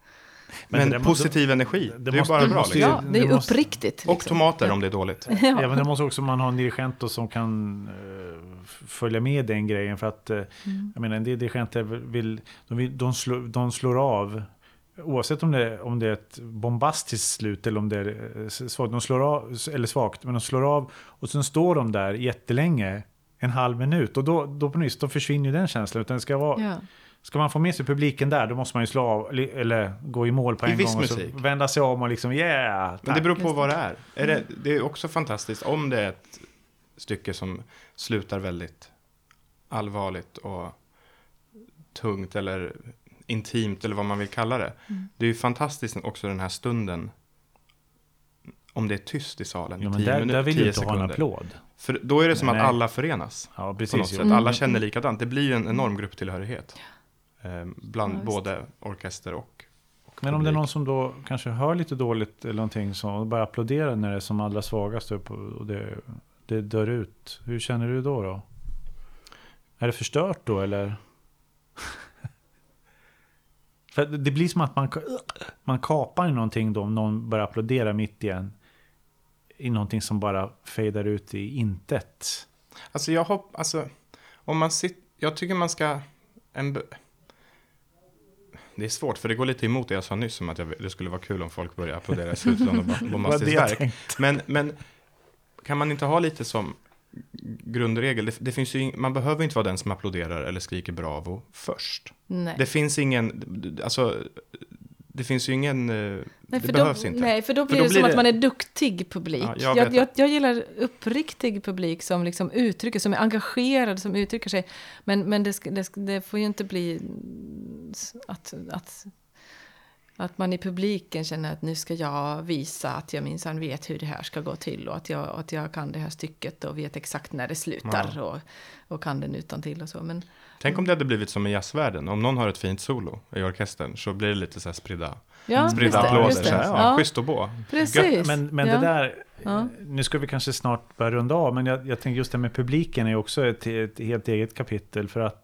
Men det positiv energi, det är måste- bara det bra. måste Liksom. Ja, det är det måste- uppriktigt. Och tomater om det är dåligt. Ja, men det måste också man ha en dirigent då som kan följa med den grejen. För att, jag menar, en del dirigenter de slår av. Oavsett om det är ett bombastiskt slut eller om det är svagt. De slår av, eller svagt, men de slår av och sen står de där jättelänge, en halv minut. Och då på nyss, då försvinner ju den känslan. Utan det ska vara... Ja. Ska man få med sig publiken där, då måste man ju slå av eller gå i mål på I en viss gång och så musik. vända sig om och liksom yeah, Men det tack. beror på vad det är. Det är också fantastiskt om det är ett stycke som slutar väldigt allvarligt och tungt eller intimt eller vad man vill kalla det. Det är ju fantastiskt också den här stunden om det är tyst i salen Ja, i men 10 där minuter, vill 10 du inte ha en sekunder. applåd. För då är det som Nej. att alla förenas. Ja, På något precis. sätt. Alla känner likadant. Det blir ju en enorm grupptillhörighet. Bland Ja, visst. både orkester och Men om det är publik. någon som då kanske hör lite dåligt eller någonting så och bara applåderar när det är som allra svagast upp och det dör ut. Hur känner du då? Är det förstört då eller? För det blir som att man kapar i någonting då om någon börjar applådera mitt i någonting som bara fejdar ut i intet. Alltså, om man jag tycker man ska... Det är svårt, för det går lite emot det jag sa nyss om att det skulle vara kul om folk börjar applådera i slutet av något bombastiskt verk. Men kan man inte ha lite som grundregel? Det finns ju man behöver inte vara den som applåderar eller skriker bravo först. Nej. Det finns ingen... Alltså, det finns ju ingen... Nej, det behövs inte. Nej, för då blir det som att man är duktig publik. Ja, jag gillar uppriktig publik som liksom uttrycker, som är engagerad, som uttrycker sig. Men det får ju inte bli att man i publiken känner att nu ska jag visa att jag minsann vet hur det här ska gå till och att jag kan det här stycket och vet exakt när det slutar och kan den utan till och så. Men Tänk om det hade blivit som i jazzvärlden. Om någon har ett fint solo i orkestern så blir det lite så här spridda applåder. just det. Så här, ja, schysst och bå. Precis. Men det där, nu ska vi kanske snart börja runda av, men jag tänker just det med publiken är också ett helt eget kapitel för att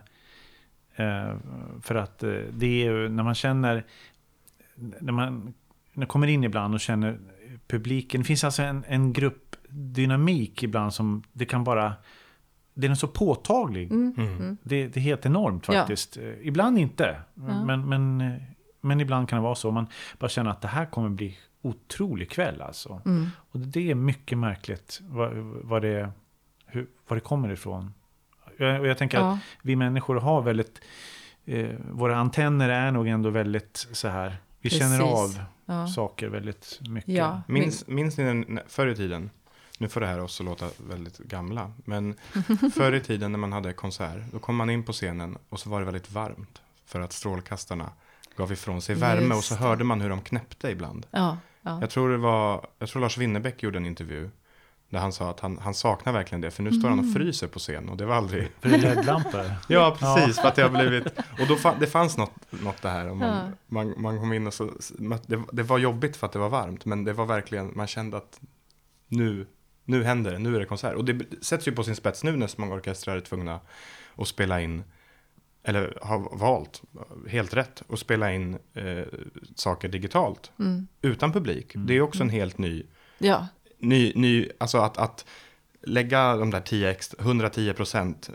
det är ju när man känner, när man kommer in ibland och känner publiken, det finns alltså en gruppdynamik ibland som det kan bara, den är så påtaglig. Det är helt enormt faktiskt. Ibland inte, men ibland kan det vara så. Man bara känner att det här kommer bli otrolig kväll alltså. Och det är mycket märkligt vad det kommer ifrån. Och jag tänker att vi människor har väldigt, våra antenner är nog ändå väldigt så här, vi känner av saker väldigt mycket. Ja. Minns ni förr i tiden, nu får det här också låta väldigt gamla, men förr i tiden när man hade konsert, då kom man in på scenen och så var det väldigt varmt för att strålkastarna gav ifrån sig värme och så hörde man hur de knäppte ibland. Ja. Jag tror Lars Winnerbäck gjorde en intervju där han sa att han saknar verkligen det, för nu står han och fryser på scen och det var aldrig... För det är LED-lampor. Ja, precis, för att det har blivit... Och då det fanns något det här, om man kom in och så... Det var jobbigt för att det var varmt, men det var verkligen, man kände att nu händer det, nu är det konsert. Och det sätts ju på sin spets nu när så många orkestrar är tvungna att spela in, eller har valt helt rätt att spela in saker digitalt utan publik. Det är också en helt ny... Ja. Alltså att lägga de där 110%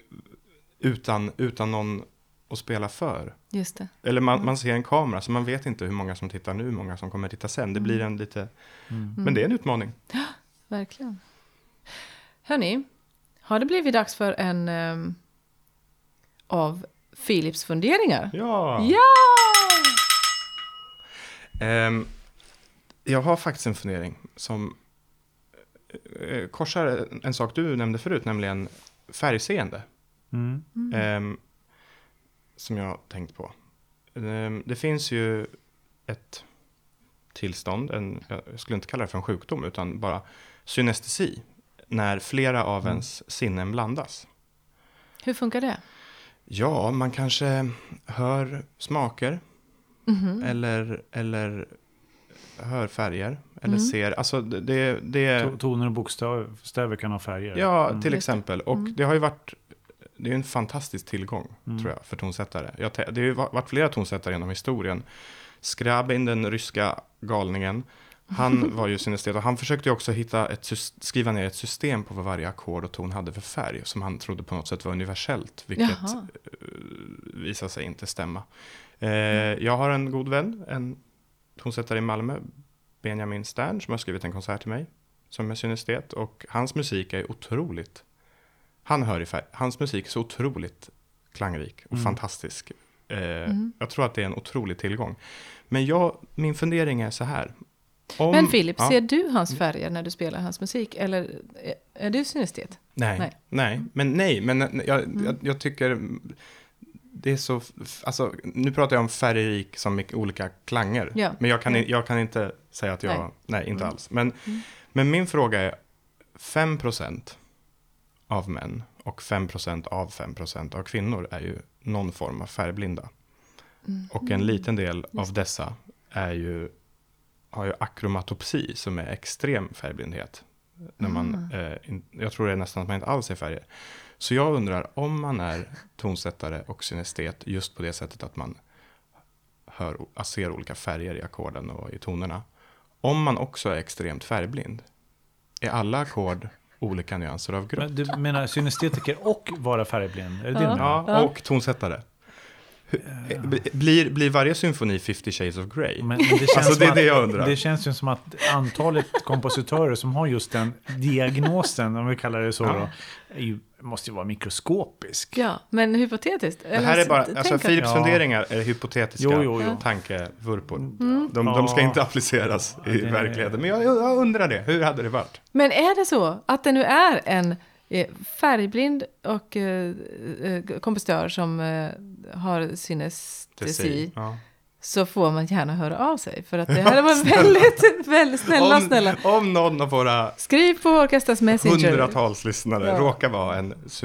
utan någon att spela för. Just det. Eller man ser en kamera så man vet inte hur många som tittar nu, hur många som kommer titta sen. Det blir en lite... Men det är en utmaning. Verkligen. Hörni, har det blivit dags för en av Philips funderingar? Ja! Jag har faktiskt en fundering som korsar en sak du nämnde förut, nämligen färgseende. Som jag tänkt på. Det finns ju ett tillstånd, jag skulle inte kalla det för en sjukdom, utan bara synestesi, när flera av ens sinnen blandas. Hur funkar det? Ja, man kanske hör smaker eller hör färger eller ser, alltså det toner och bokstäver kan ha färger. Ja, till exempel. Och det har ju varit, det är en fantastisk tillgång tror jag för tonsättare. Det har ju varit flera tonsättare genom historien Skrabin, den ryska galningen, han var ju synestet och han försökte ju också skriva ner ett system på vad varje ackord och ton hade för färg som han trodde på något sätt var universellt, vilket visade sig inte stämma. Jag har en god vän, en tonsättare i Malmö, Benjamin Stern, som har skrivit en konsert till mig som är synestet, och hans musik är otroligt, han hör i färg, hans musik är så otroligt klangrik och fantastisk. Jag tror att det är en otrolig tillgång. Men min fundering är så här. Men Filip, ser du hans färger när du spelar hans musik? Eller är du synestet? Nej. Men jag tycker det är så, alltså nu pratar jag om färgrik som olika klanger. Ja. Men jag kan inte säga att jag, nej inte alls. Men min fråga är 5% av män och 5% av 5% av kvinnor är ju någon form av färgblinda. Och en liten del av dessa har ju akromatopsi som är extrem färgblindhet. När man, jag tror det är nästan att man inte alls ser färger. Så jag undrar om man är tonsättare och synestet just på det sättet att man ser olika färger i ackorden och i tonerna. Om man också är extremt färgblind, är alla ackord olika nyanser av grått? Men du menar synestetiker och vara färgblind? Är det det? Ja, och tonsättare. Blir varje symfoni 50 Shades of Grey? Men det känns alltså det är det jag undrar. Det känns ju som att antalet kompositörer som har just den diagnosen, om vi kallar det så då, måste ju vara mikroskopisk. Ja, men hypotetiskt. Det här är bara, alltså Philips funderingar är hypotetiska tankevurpor. De ska inte appliceras i verkligheten. Men jag undrar det, hur hade det varit? Men är det så att det nu är en färgblind och kompositör som har synestesi, så får man gärna höra av sig. För att det här var väldigt snälla. Om någon av våra skriv på Orkestras Messenger. Hundratals lyssnare råkar vara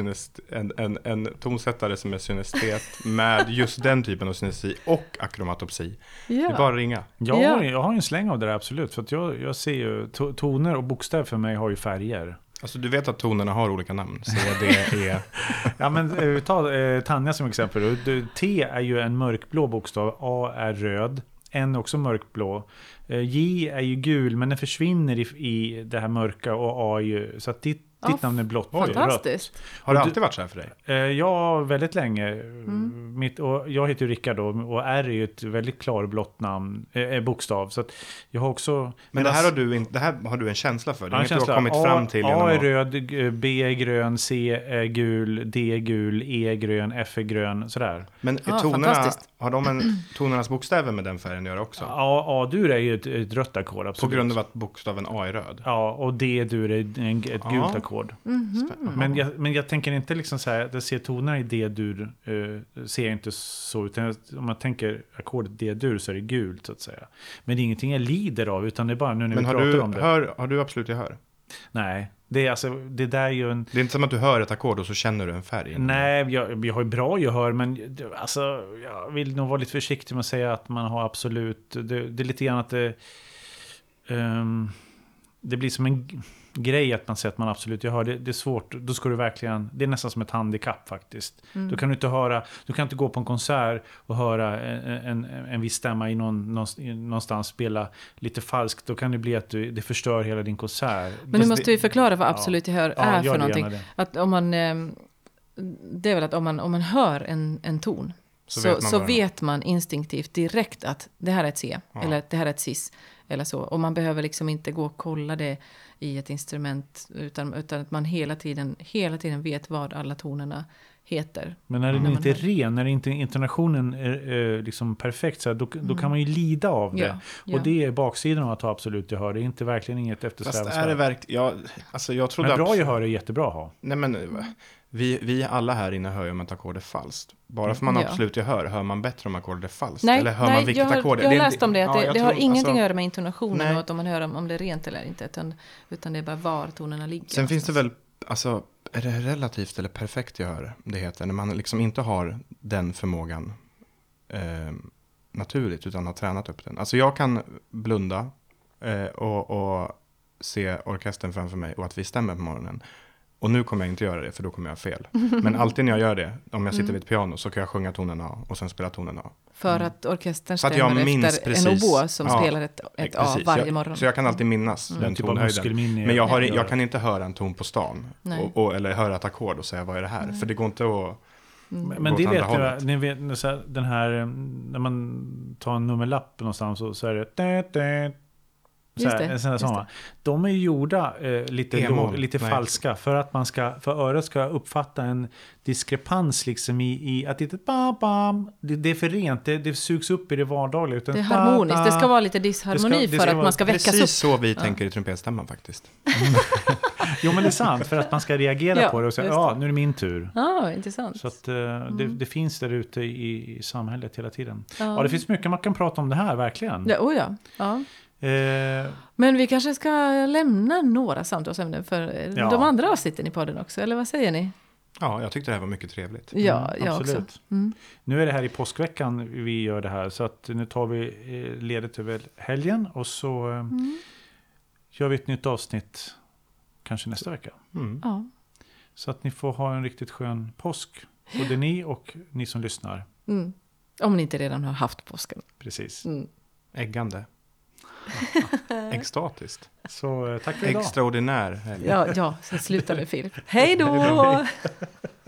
en tonsättare som är synestet med just den typen av synestesi och akromatopsi. Det är bara ringa. Jag har en släng av det där, absolut. För att jag ser ju toner och bokstäver för mig har ju färger. Alltså du vet att tonerna har olika namn. C, D, E. Ja, men ta Tanja som exempel. T är ju en mörkblå bokstav. A är röd. N är också mörkblå. J är ju gul, men den försvinner i det här mörka. Och A är ju, så att ditt namn är blått. Fantastiskt. Har det alltid varit så här för dig? Ja, väldigt länge. Och jag heter ju Rickard då, och R är ju ett väldigt klarblått namn, bokstav. Så att jag har också... Men det här har du en känsla för? Det är inget du har kommit fram till? A är röd, B är grön, C är gul, D är gul, E är grön, F är grön, sådär. Men har de tonernas bokstäver med den färgen att göra också? Ja, A-dur är ju ett rött ackord, absolut. På grund av att bokstaven A är röd? Ja, och D-dur är ett gult ackord. Men jag tänker inte liksom så här, att jag ser toner i D-dur, ser jag inte så, utan om man tänker ackordet D-dur så är det gult så att säga. Men det är ingenting jag lider av, utan det är bara nu när vi pratar om det. Har du absolut gehör? Nej, det är alltså, det där är ju en... Det är inte som att du hör ett ackord och så känner du en färg. Nej, jag har ju bra gehör, men alltså, jag vill nog vara lite försiktig med att säga att man har absolut... Det är lite grann att det blir som en grej att man säger att man absolut gehör. Det är svårt, då ska du verkligen... Det är nästan som ett handikapp faktiskt. Då kan du kan inte gå på en konsert och höra en viss stämma i någonstans spela lite falskt. Då kan det bli att det förstör hela din konsert. Men du måste ju förklara vad absolut gehör är för någonting. Att om man, det är väl att om man hör en ton så vet man instinktivt direkt att det här är ett C eller att det här är ett cis eller så. Och man behöver liksom inte gå och kolla det i ett instrument utan att man hela tiden vet vad alla tonerna heter. Men när den inte är ren, när inte intonationen är liksom perfekt, så då kan man ju lida av det. Ja. Och det är baksidan av att ha absolut gehör. Det är inte verkligen inget eftersträvansvärt. Fast är det verkligen... jag trodde men bra gehör är jättebra att ha. Nej, men vi alla här inne hör ju om ett ackord är falskt. Bara för man absolut hör man bättre om ackordet är falskt. Eller hör man vilket ackord jag har läst om det. Att det har ingenting att göra med intonationen och att om man hör om det är rent eller inte. Utan det är bara var tonerna ligger. Sen finns det väl... Alltså, är det relativt eller perfekt gehör det heter? När man liksom inte har den förmågan naturligt utan har tränat upp den. Alltså jag kan blunda och se orkestern framför mig och att vi stämmer på morgonen. Och nu kommer jag inte göra det, för då kommer jag fel. Men alltid när jag gör det, om jag sitter vid ett piano, så kan jag sjunga tonen A och sen spela tonen A. För att orkestern Så att jag stämmer minns efter precis. en oboe som Ja, spelar ett A precis. varje morgon. Så jag kan alltid minnas den Typ av tonhöjden. muskelminne. Men jag kan inte höra en ton på stan. Nej. Eller höra ett ackord och säga, vad är det här? För det går inte att... Men gå det åt vet andra jag, hållet. ni vet så här, den här, när man tar en nummerlapp någonstans så är det så Just här, det, en sån här just sång, va? De är ju gjorda lite E-moll. Nej. falska för att för örat ska uppfatta en diskrepans liksom i att det inte det är för rent, det sugs upp i det vardagliga, utan Det är harmoniskt, det ska vara lite disharmoni det för ska att man ska väckas upp. Precis så vi tänker i trumpetstämman faktiskt. Jo, men det är sant, för att man ska reagera Ja, på det och säga, just det. ja, nu är det min tur. Ja, intressant. Så att det finns där ute i samhället hela tiden. Ja. Ja, det finns mycket man kan prata om det här, verkligen. Ja, ja. Men vi kanske ska lämna några samtalsämnen för de andra avsnitten i podden också, eller vad säger ni? Ja, jag tyckte det här var mycket trevligt. Ja, jag också. Absolut. Nu är det här i påskveckan vi gör det här, så att nu tar vi ledigt över helgen och så gör vi ett nytt avsnitt kanske nästa vecka. Ja. Så att ni får ha en riktigt skön påsk, både ni och ni som lyssnar. Om ni inte redan har haft påsken. Precis. Äggande. Extatiskt. Så tack för idag. Extraordinär helg. Ja, så sluta med Filip. Hej då!